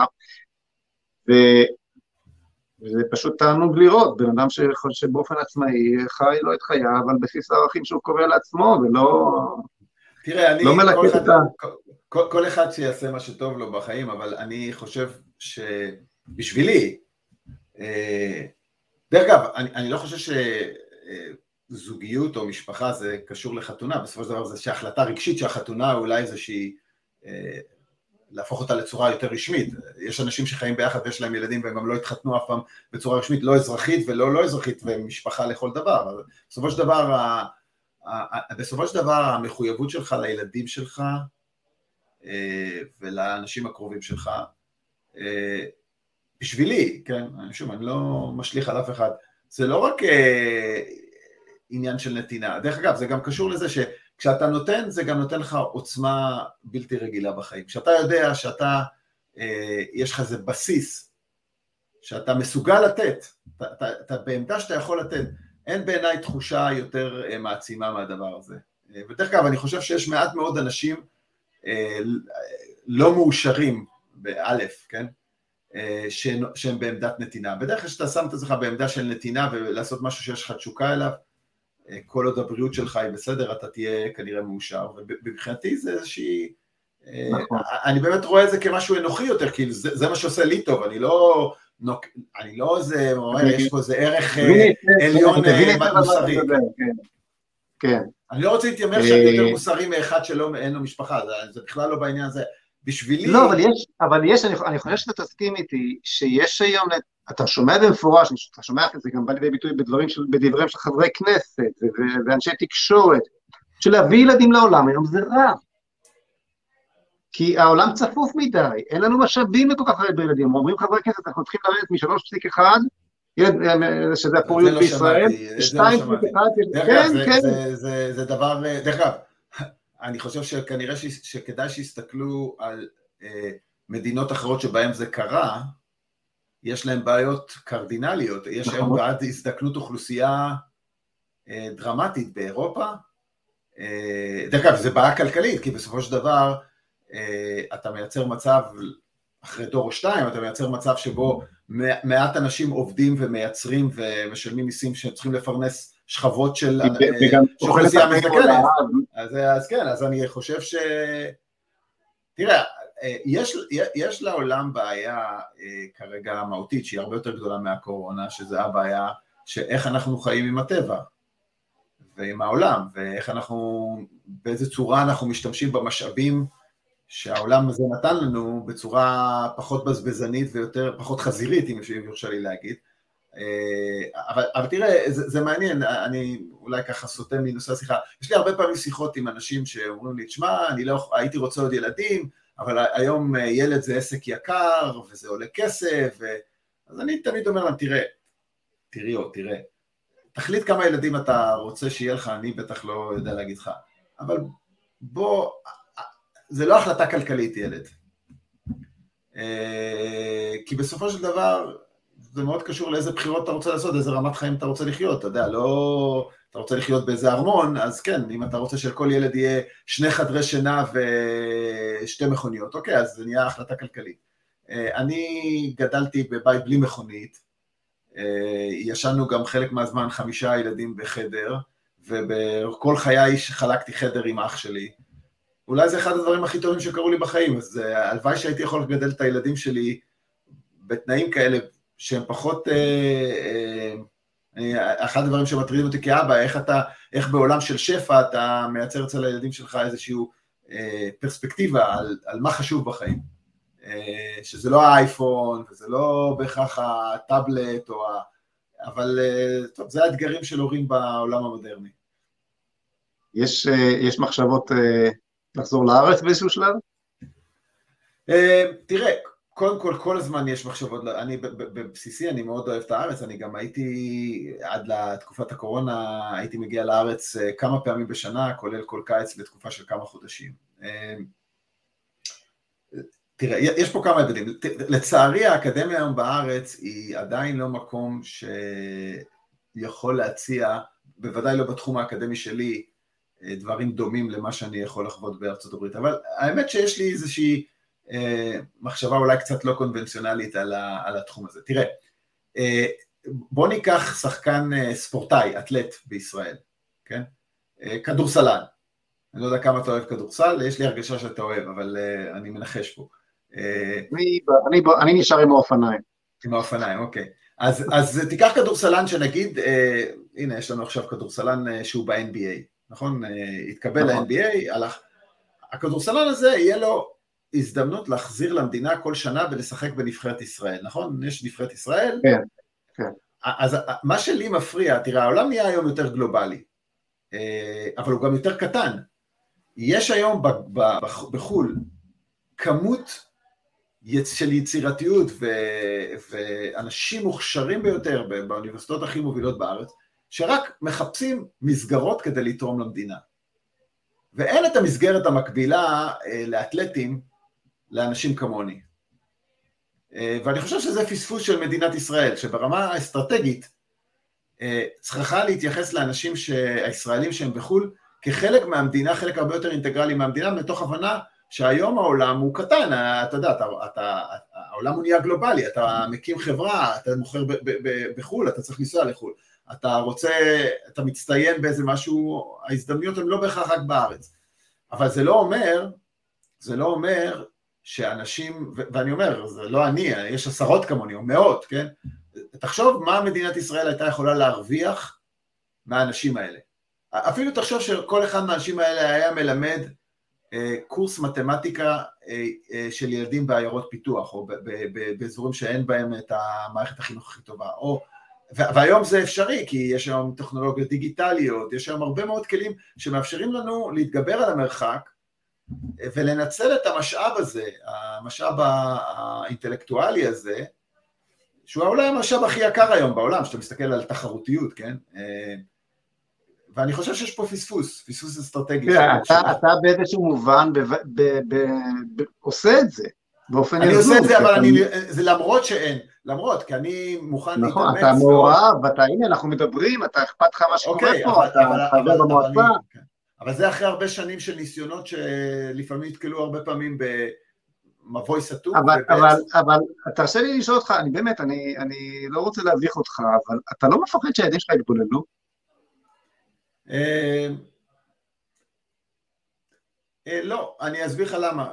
וזה פשוט תענוג לראות, בן אדם שבאופן עצמאי חי לא את חייו, אבל בסיס הערכים שהוא קובע לעצמו, ולא... תראה, אני, לא כל, אחד, אותה. כל, כל אחד שיעשה מה שטוב לו בחיים, אבל אני חושב שבשבילי, דרך אגב, אני, אני לא חושב שזוגיות או משפחה זה קשור לחתונה, בסופו של דבר זה שההחלטה רגשית שהחתונה אולי זה שהיא, להפוך אותה לצורה יותר רשמית. יש אנשים שחיים ביחד ויש להם ילדים והם גם לא התחתנו אף פעם בצורה רשמית, לא אזרחית ולא לא אזרחית, ומשפחה לכל דבר. אבל בסופו של דבר, ה, ה, בסופו של דבר המחויבות שלך לילדים שלך ולאנשים הקרובים שלך, בשבילי, כן, שוב, אני לא משליך על אף אחד, זה לא רק אה, עניין של נתינה, דרך אגב, זה גם קשור לזה שכשאתה נותן, זה גם נותן לך עוצמה בלתי רגילה בחיים, כשאתה יודע שאתה, אה, יש לך איזה בסיס, שאתה מסוגל לתת, אתה, אתה, אתה בעמדה שאתה יכול לתת, אין בעיניי תחושה יותר אה, מעצימה מהדבר הזה, אה, ודרך אגב, אני חושב שיש מעט מאוד אנשים אה, לא מאושרים, באלף, כן? שהם בעמדת נתינה. בדרך כלל שאתה שם את עצמך בעמדה של נתינה ולעשות משהו שיש לך תשוקה אליו, כל עוד הבריאות שלך היא בסדר, אתה תהיה כנראה מאושר, ובבחינתי זה איזושהי, נכון. אני באמת רואה את זה כמשהו אנוכי יותר, כי זה, זה מה שעושה לי טוב, אני לא, אני לא איזה, יש פה איזה ערך עליון מוסרי. כן. אני לא רוצה להתיימר שאני יותר מוסרי מאחד שלא, אין לו משפחה, זה בכלל לא בעניין הזה. בשבילי... לא, אבל יש, אבל יש, אני, אני חושב שאתה תסכים איתי, שיש היום, אתה שומע במפורש, אתה שומע את זה גם בא לידי ביטוי בדברים של, בדברים של חברי כנסת, ואנשי תקשורת, שלהביא ילדים לעולם היום זה רע. כי העולם צפוף מדי, אין לנו משאבים לכל כך הרבה ילדים, אומרים חברי כנסת, אנחנו צריכים לרדת מ-שלוש נקודה אחת, שזה הפוריות בישראל, שתיים נקודה אחת, כן, כן. זה דבר, דרך אגב, אני חושב שכנראה שכדאי שיסתכלו על אה, מדינות אחרות שבהן זה קרה, יש להם בעיות קרדינליות, יש היום בעד הזדקנות אוכלוסייה אה, דרמטית באירופה, אה, דרך אגב, זה בעיה כלכלית, כי בסופו של דבר אה, אתה מייצר מצב, אחרי דור או שתיים, אתה מייצר מצב שבו מעט אנשים עובדים ומייצרים ומשלמים מיסים שצריכים לפרנס שכבות של אוכלוסייה מסתכלת. אז כן, אז אני חושב ש... תראה, יש לעולם בעיה כרגע מהותית, שהיא הרבה יותר גדולה מהקורונה, שזה הבעיה שאיך אנחנו חיים עם הטבע, ועם העולם, ואיך אנחנו, באיזה צורה אנחנו משתמשים במשאבים, שהעולם הזה נתן לנו בצורה פחות בזבזנית ויותר, פחות חזירית, אם יורשה לי להגיד. אבל, אבל תראה, זה, זה מעניין, אני אולי ככה סוטה מנושא השיחה. יש לי הרבה פעמים שיחות עם אנשים שאומרים לי, תשמע, אני לא, הייתי רוצה עוד ילדים, אבל היום ילד זה עסק יקר, וזה עולה כסף, ו... אז אני תמיד אומר להם, תראה, תראי או תראה, תחליט כמה ילדים אתה רוצה שיהיה לך, אני בטח לא יודע להגיד לך, אבל בוא, זה לא החלטה כלכלית, ילד. כי בסופו של דבר, זה מאוד קשור לאיזה בחירות אתה רוצה לעשות, איזה רמת חיים אתה רוצה לחיות, אתה יודע, לא, אתה רוצה לחיות באיזה ארמון, אז כן, אם אתה רוצה שלכל ילד יהיה שני חדרי שינה ושתי מכוניות, אוקיי, אז זה נהיה החלטה כלכלית. אני גדלתי בבית בלי מכונית, ישנו גם חלק מהזמן חמישה ילדים בחדר, ובכל חיי חלקתי חדר עם אח שלי, אולי זה אחד הדברים הכי טובים שקרו לי בחיים, אז הלוואי שהייתי יכול לגדל את הילדים שלי בתנאים כאלה, שהם פחות, אחד הדברים שמטרידים אותי כאבא, איך אתה, איך בעולם של שפע אתה מייצר אצל הילדים שלך איזושהי פרספקטיבה על, על מה חשוב בחיים, שזה לא האייפון, וזה לא בהכרח הטאבלט, או ה... אבל טוב, זה האתגרים של הורים בעולם המודרני. יש, יש מחשבות לחזור לארץ באיזשהו שלב? תראה, קודם כל, כל הזמן יש מחשבות, אני בבסיסי, אני מאוד אוהב את הארץ, אני גם הייתי, עד לתקופת הקורונה, הייתי מגיע לארץ כמה פעמים בשנה, כולל כל קיץ לתקופה של כמה חודשים. תראה, יש פה כמה הבדלים, לצערי האקדמיה היום בארץ היא עדיין לא מקום שיכול להציע, בוודאי לא בתחום האקדמי שלי, דברים דומים למה שאני יכול לחוות בארצות הברית, אבל האמת שיש לי איזושהי מחשבה אולי קצת לא קונבנציונלית על, ה, על התחום הזה. תראה, בוא ניקח שחקן ספורטאי, אתלט בישראל, כן? כדורסלן. אני לא יודע כמה אתה אוהב כדורסל, יש לי הרגשה שאתה אוהב, אבל אני מנחש פה. אני, אני, אני נשאר עם האופניים. עם האופניים, אוקיי. אז, אז תיקח כדורסלן שנגיד, אה, הנה יש לנו עכשיו כדורסלן אה, שהוא ב-אן בי איי, נכון? אה, התקבל נכון. ל-אן בי איי, הלך, הכדורסלן הזה יהיה לו הזדמנות להחזיר למדינה כל שנה ולשחק בנבחרת ישראל, נכון? יש נבחרת ישראל. כן, כן. אז מה שלי מפריע, תראה, העולם נהיה היום יותר גלובלי, אבל הוא גם יותר קטן. יש היום בחול כמות של יצירתיות ואנשים מוכשרים ביותר באוניברסיטאות הכי מובילות בארץ, שרק מחפשים מסגרות כדי לתרום למדינה. ואין את המסגרת המקבילה לאתלטים, לאנשים כמוני. ואני חושב שזה פספוס של מדינת ישראל, שברמה האסטרטגית צריכה להתייחס לאנשים הישראלים שהם בחול, כחלק מהמדינה, חלק הרבה יותר אינטגרלי מהמדינה, מתוך הבנה שהיום העולם הוא קטן, אתה יודע, אתה, אתה, העולם הוא נהיה גלובלי, אתה מקים חברה, אתה מוכר ב, ב, ב, בחול, אתה צריך לנסוע לחול, אתה רוצה, אתה מצטיין באיזה משהו, ההזדמנויות הן לא בהכרח רק בארץ, אבל זה לא אומר, זה לא אומר שאנשים, ואני אומר, זה לא אני, יש עשרות כמוני, או מאות, כן? תחשוב מה מדינת ישראל הייתה יכולה להרוויח מהאנשים האלה. אפילו תחשוב שכל אחד מהאנשים האלה היה מלמד קורס מתמטיקה של ילדים בעיירות פיתוח, או באזורים שאין בהם את המערכת החינוך הכי טובה, או, והיום זה אפשרי, כי יש היום טכנולוגיות דיגיטליות, יש היום הרבה מאוד כלים שמאפשרים לנו להתגבר על המרחק, ולנצל את המשאב הזה, המשאב האינטלקטואלי הזה, שהוא אולי המשאב הכי יקר היום בעולם, שאתה מסתכל על תחרותיות, כן? ואני חושב שיש פה פספוס, פספוס אסטרטגי. אתה באיזשהו מובן עושה את זה, באופן יזום. אני עושה את זה, אבל זה למרות שאין, למרות, כי אני מוכן להתאמץ. נכון, אתה מעורב, ואתה, הנה, אנחנו מדברים, אתה אכפת לך מה שקורה פה, אתה חבר במועצה. אבל זה אחרי הרבה שנים של ניסיונות שלפעמים התקלו הרבה פעמים במבוי סתום. אבל, אבל, אבל תרשה לי לשאול אותך, אני באמת, אני, אני לא רוצה להביך אותך, אבל אתה לא מפחד שהילדים שלך יתבוללו? לא, אני אסביר לך למה.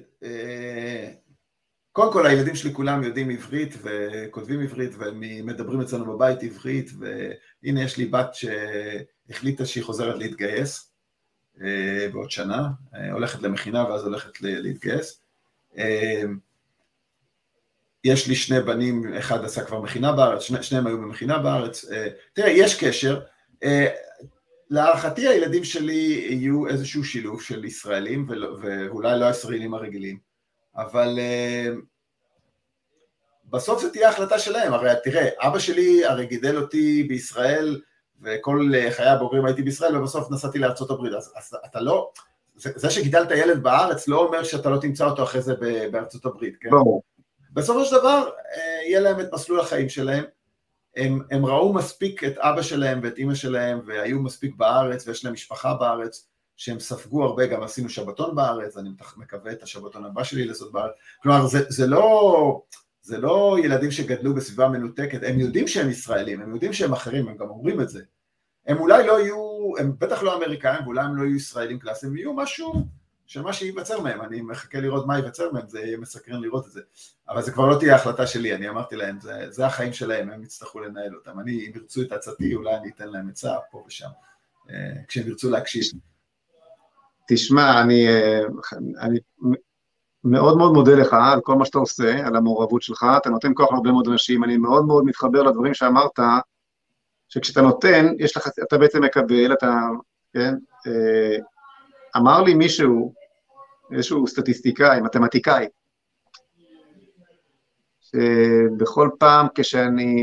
קודם כל, הילדים שלי כולם יודעים עברית וכותבים עברית, ומדברים אצלנו בבית עברית, והנה יש לי בת שהחליטה שהיא חוזרת להתגייס, בעוד שנה, הולכת למכינה ואז הולכת להתגייס. יש לי שני בנים, אחד עשה כבר מכינה בארץ, שני, שניהם היו במכינה בארץ. תראה, יש קשר. להערכתי הילדים שלי יהיו איזשהו שילוב של ישראלים, ואולי לא הישראלים הרגילים, אבל בסוף זה תהיה החלטה שלהם. הרי תראה, אבא שלי הרי גידל אותי בישראל, וכל חיי הבוגרים הייתי בישראל, ובסוף נסעתי לארצות הברית, אז, אז אתה לא, זה, זה שגידלת ילד בארץ, לא אומר שאתה לא תמצא אותו אחרי זה בארצות הברית, כן? ברור. בסופו של דבר, יהיה להם את מסלול החיים שלהם, הם, הם ראו מספיק את אבא שלהם ואת אמא שלהם, והיו מספיק בארץ, ויש להם משפחה בארץ, שהם ספגו הרבה, גם עשינו שבתון בארץ, אני מקווה את השבתון הבא שלי לעשות בארץ, כלומר, זה, זה לא... זה לא ילדים שגדלו בסביבה מנותקת, הם יודעים שהם ישראלים, הם יודעים שהם אחרים, הם גם אומרים את זה. הם אולי לא יהיו, הם בטח לא אמריקאים, ואולי הם לא יהיו ישראלים קלאסיים, הם יהיו משהו שמה שייווצר מהם, אני מחכה לראות מה ייווצר מהם, זה יהיה מסקרן לראות את זה. אבל זה כבר לא תהיה החלטה שלי, אני אמרתי להם, זה, זה החיים שלהם, הם יצטרכו לנהל אותם. אני, אם ירצו את עצתי, אולי אני אתן להם עצה פה ושם, כשהם ירצו להקשיב. תשמע, אני... אני... מאוד מאוד מודה לך על כל מה שאתה עושה, על המעורבות שלך, אתה נותן כוח להרבה מאוד אנשים, אני מאוד מאוד מתחבר לדברים שאמרת, שכשאתה נותן, יש לך, אתה בעצם מקבל, אתה, כן, אמר לי מישהו, איזשהו סטטיסטיקאי, מתמטיקאי, שבכל פעם כשאני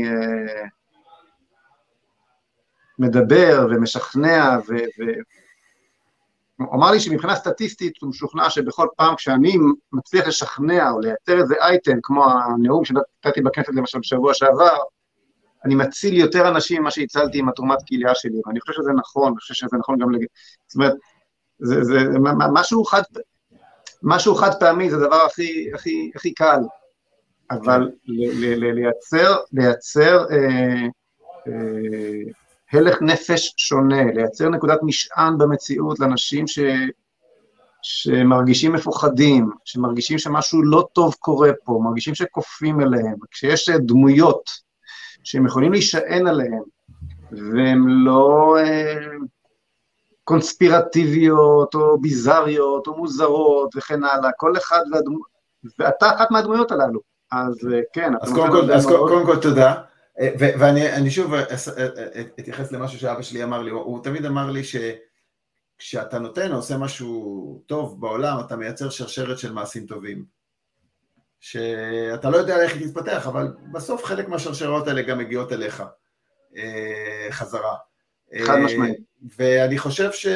מדבר ומשכנע ו... ו הוא אמר לי שמבחינה סטטיסטית הוא משוכנע שבכל פעם כשאני מצליח לשכנע או לייצר איזה אייטם, כמו הנאום שנתתי בכנסת למשל בשבוע שעבר, אני מציל יותר אנשים ממה שהצלתי עם התרומת כליה שלי, ואני חושב שזה נכון, אני חושב שזה נכון גם, לג... זאת אומרת, זה, זה, משהו חד, משהו חד פעמי, זה הדבר הכי, הכי, הכי קל, אבל ל, ל, ל, לייצר, לייצר, אה, אה, הלך נפש שונה, לייצר נקודת משען במציאות לאנשים ש... שמרגישים מפוחדים, שמרגישים שמשהו לא טוב קורה פה, מרגישים שקופים אליהם, כשיש דמויות שהם יכולים להישען עליהם, והן לא אה, קונספירטיביות, או ביזריות, או מוזרות, וכן הלאה, כל אחד והדמות, ואתה אחת מהדמויות הללו, אז כן. אז קודם כל, אז קודם כל תודה, ואני שוב אתייחס למשהו שאבא שלי אמר לי, הוא תמיד אמר לי שכשאתה נותן או עושה משהו טוב בעולם, אתה מייצר שרשרת של מעשים טובים, שאתה לא יודע איך היא תתפתח, אבל בסוף חלק מהשרשרות האלה גם מגיעות אליך חזרה. חד משמעית. ואני חושב ש...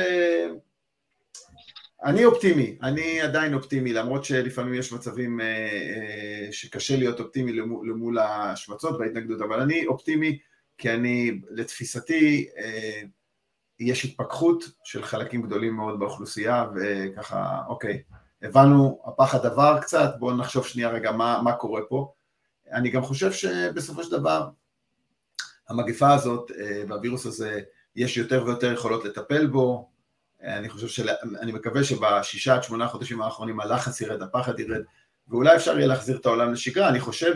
אני אופטימי, אני עדיין אופטימי, למרות שלפעמים יש מצבים שקשה להיות אופטימי למול השמצות וההתנגדות, אבל אני אופטימי כי אני, לתפיסתי, יש התפכחות של חלקים גדולים מאוד באוכלוסייה, וככה, אוקיי, הבנו, הפחד עבר קצת, בואו נחשוב שנייה רגע מה, מה קורה פה. אני גם חושב שבסופו של דבר, המגפה הזאת והווירוס הזה, יש יותר ויותר יכולות לטפל בו, אני חושב של... אני מקווה שבשישה עד שמונה חודשים האחרונים הלחץ ירד, הפחד ירד, ואולי אפשר יהיה להחזיר את העולם לשגרה. אני חושב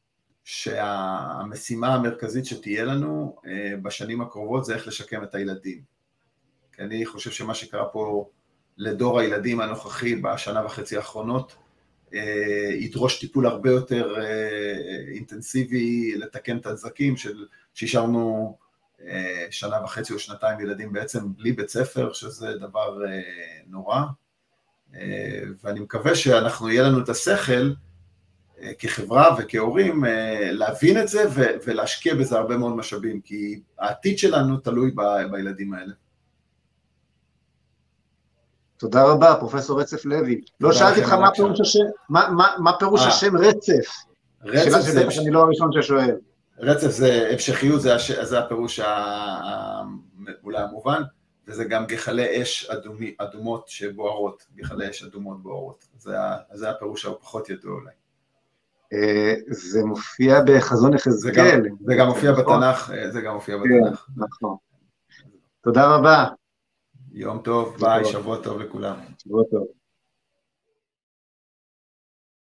שהמשימה המרכזית שתהיה לנו בשנים הקרובות זה איך לשקם את הילדים. כי אני חושב שמה שקרה פה לדור הילדים הנוכחי בשנה וחצי האחרונות, ידרוש טיפול הרבה יותר אינטנסיבי, לתקן את הנזקים של שהשארנו שנה וחצי או שנתיים ילדים בעצם בלי בית ספר, שזה דבר נורא, ואני מקווה שאנחנו יהיה לנו את השכל כחברה וכהורים להבין את זה ולהשקיע בזה הרבה מאוד משאבים, כי העתיד שלנו תלוי בילדים האלה. תודה רבה, פרופסור רצף לוי. לא שאלתי אותך מה פירוש השם רצף. שאלה שבטח אני לא הראשון ששואל. רצף זה המשכיות, זה, זה הפירוש אולי המובן, וזה גם גחלי אש אדומי, אדומות שבוערות, גחלי אש אדומות בוערות. זה, זה הפירוש הפחות ידוע אולי. זה מופיע בחזון יחזקאל. זה גם מופיע בתנ"ך, זה גם מופיע בתנ"ך. נכון. תודה רבה. יום טוב, ביי, שבוע טוב לכולם. שבוע טוב.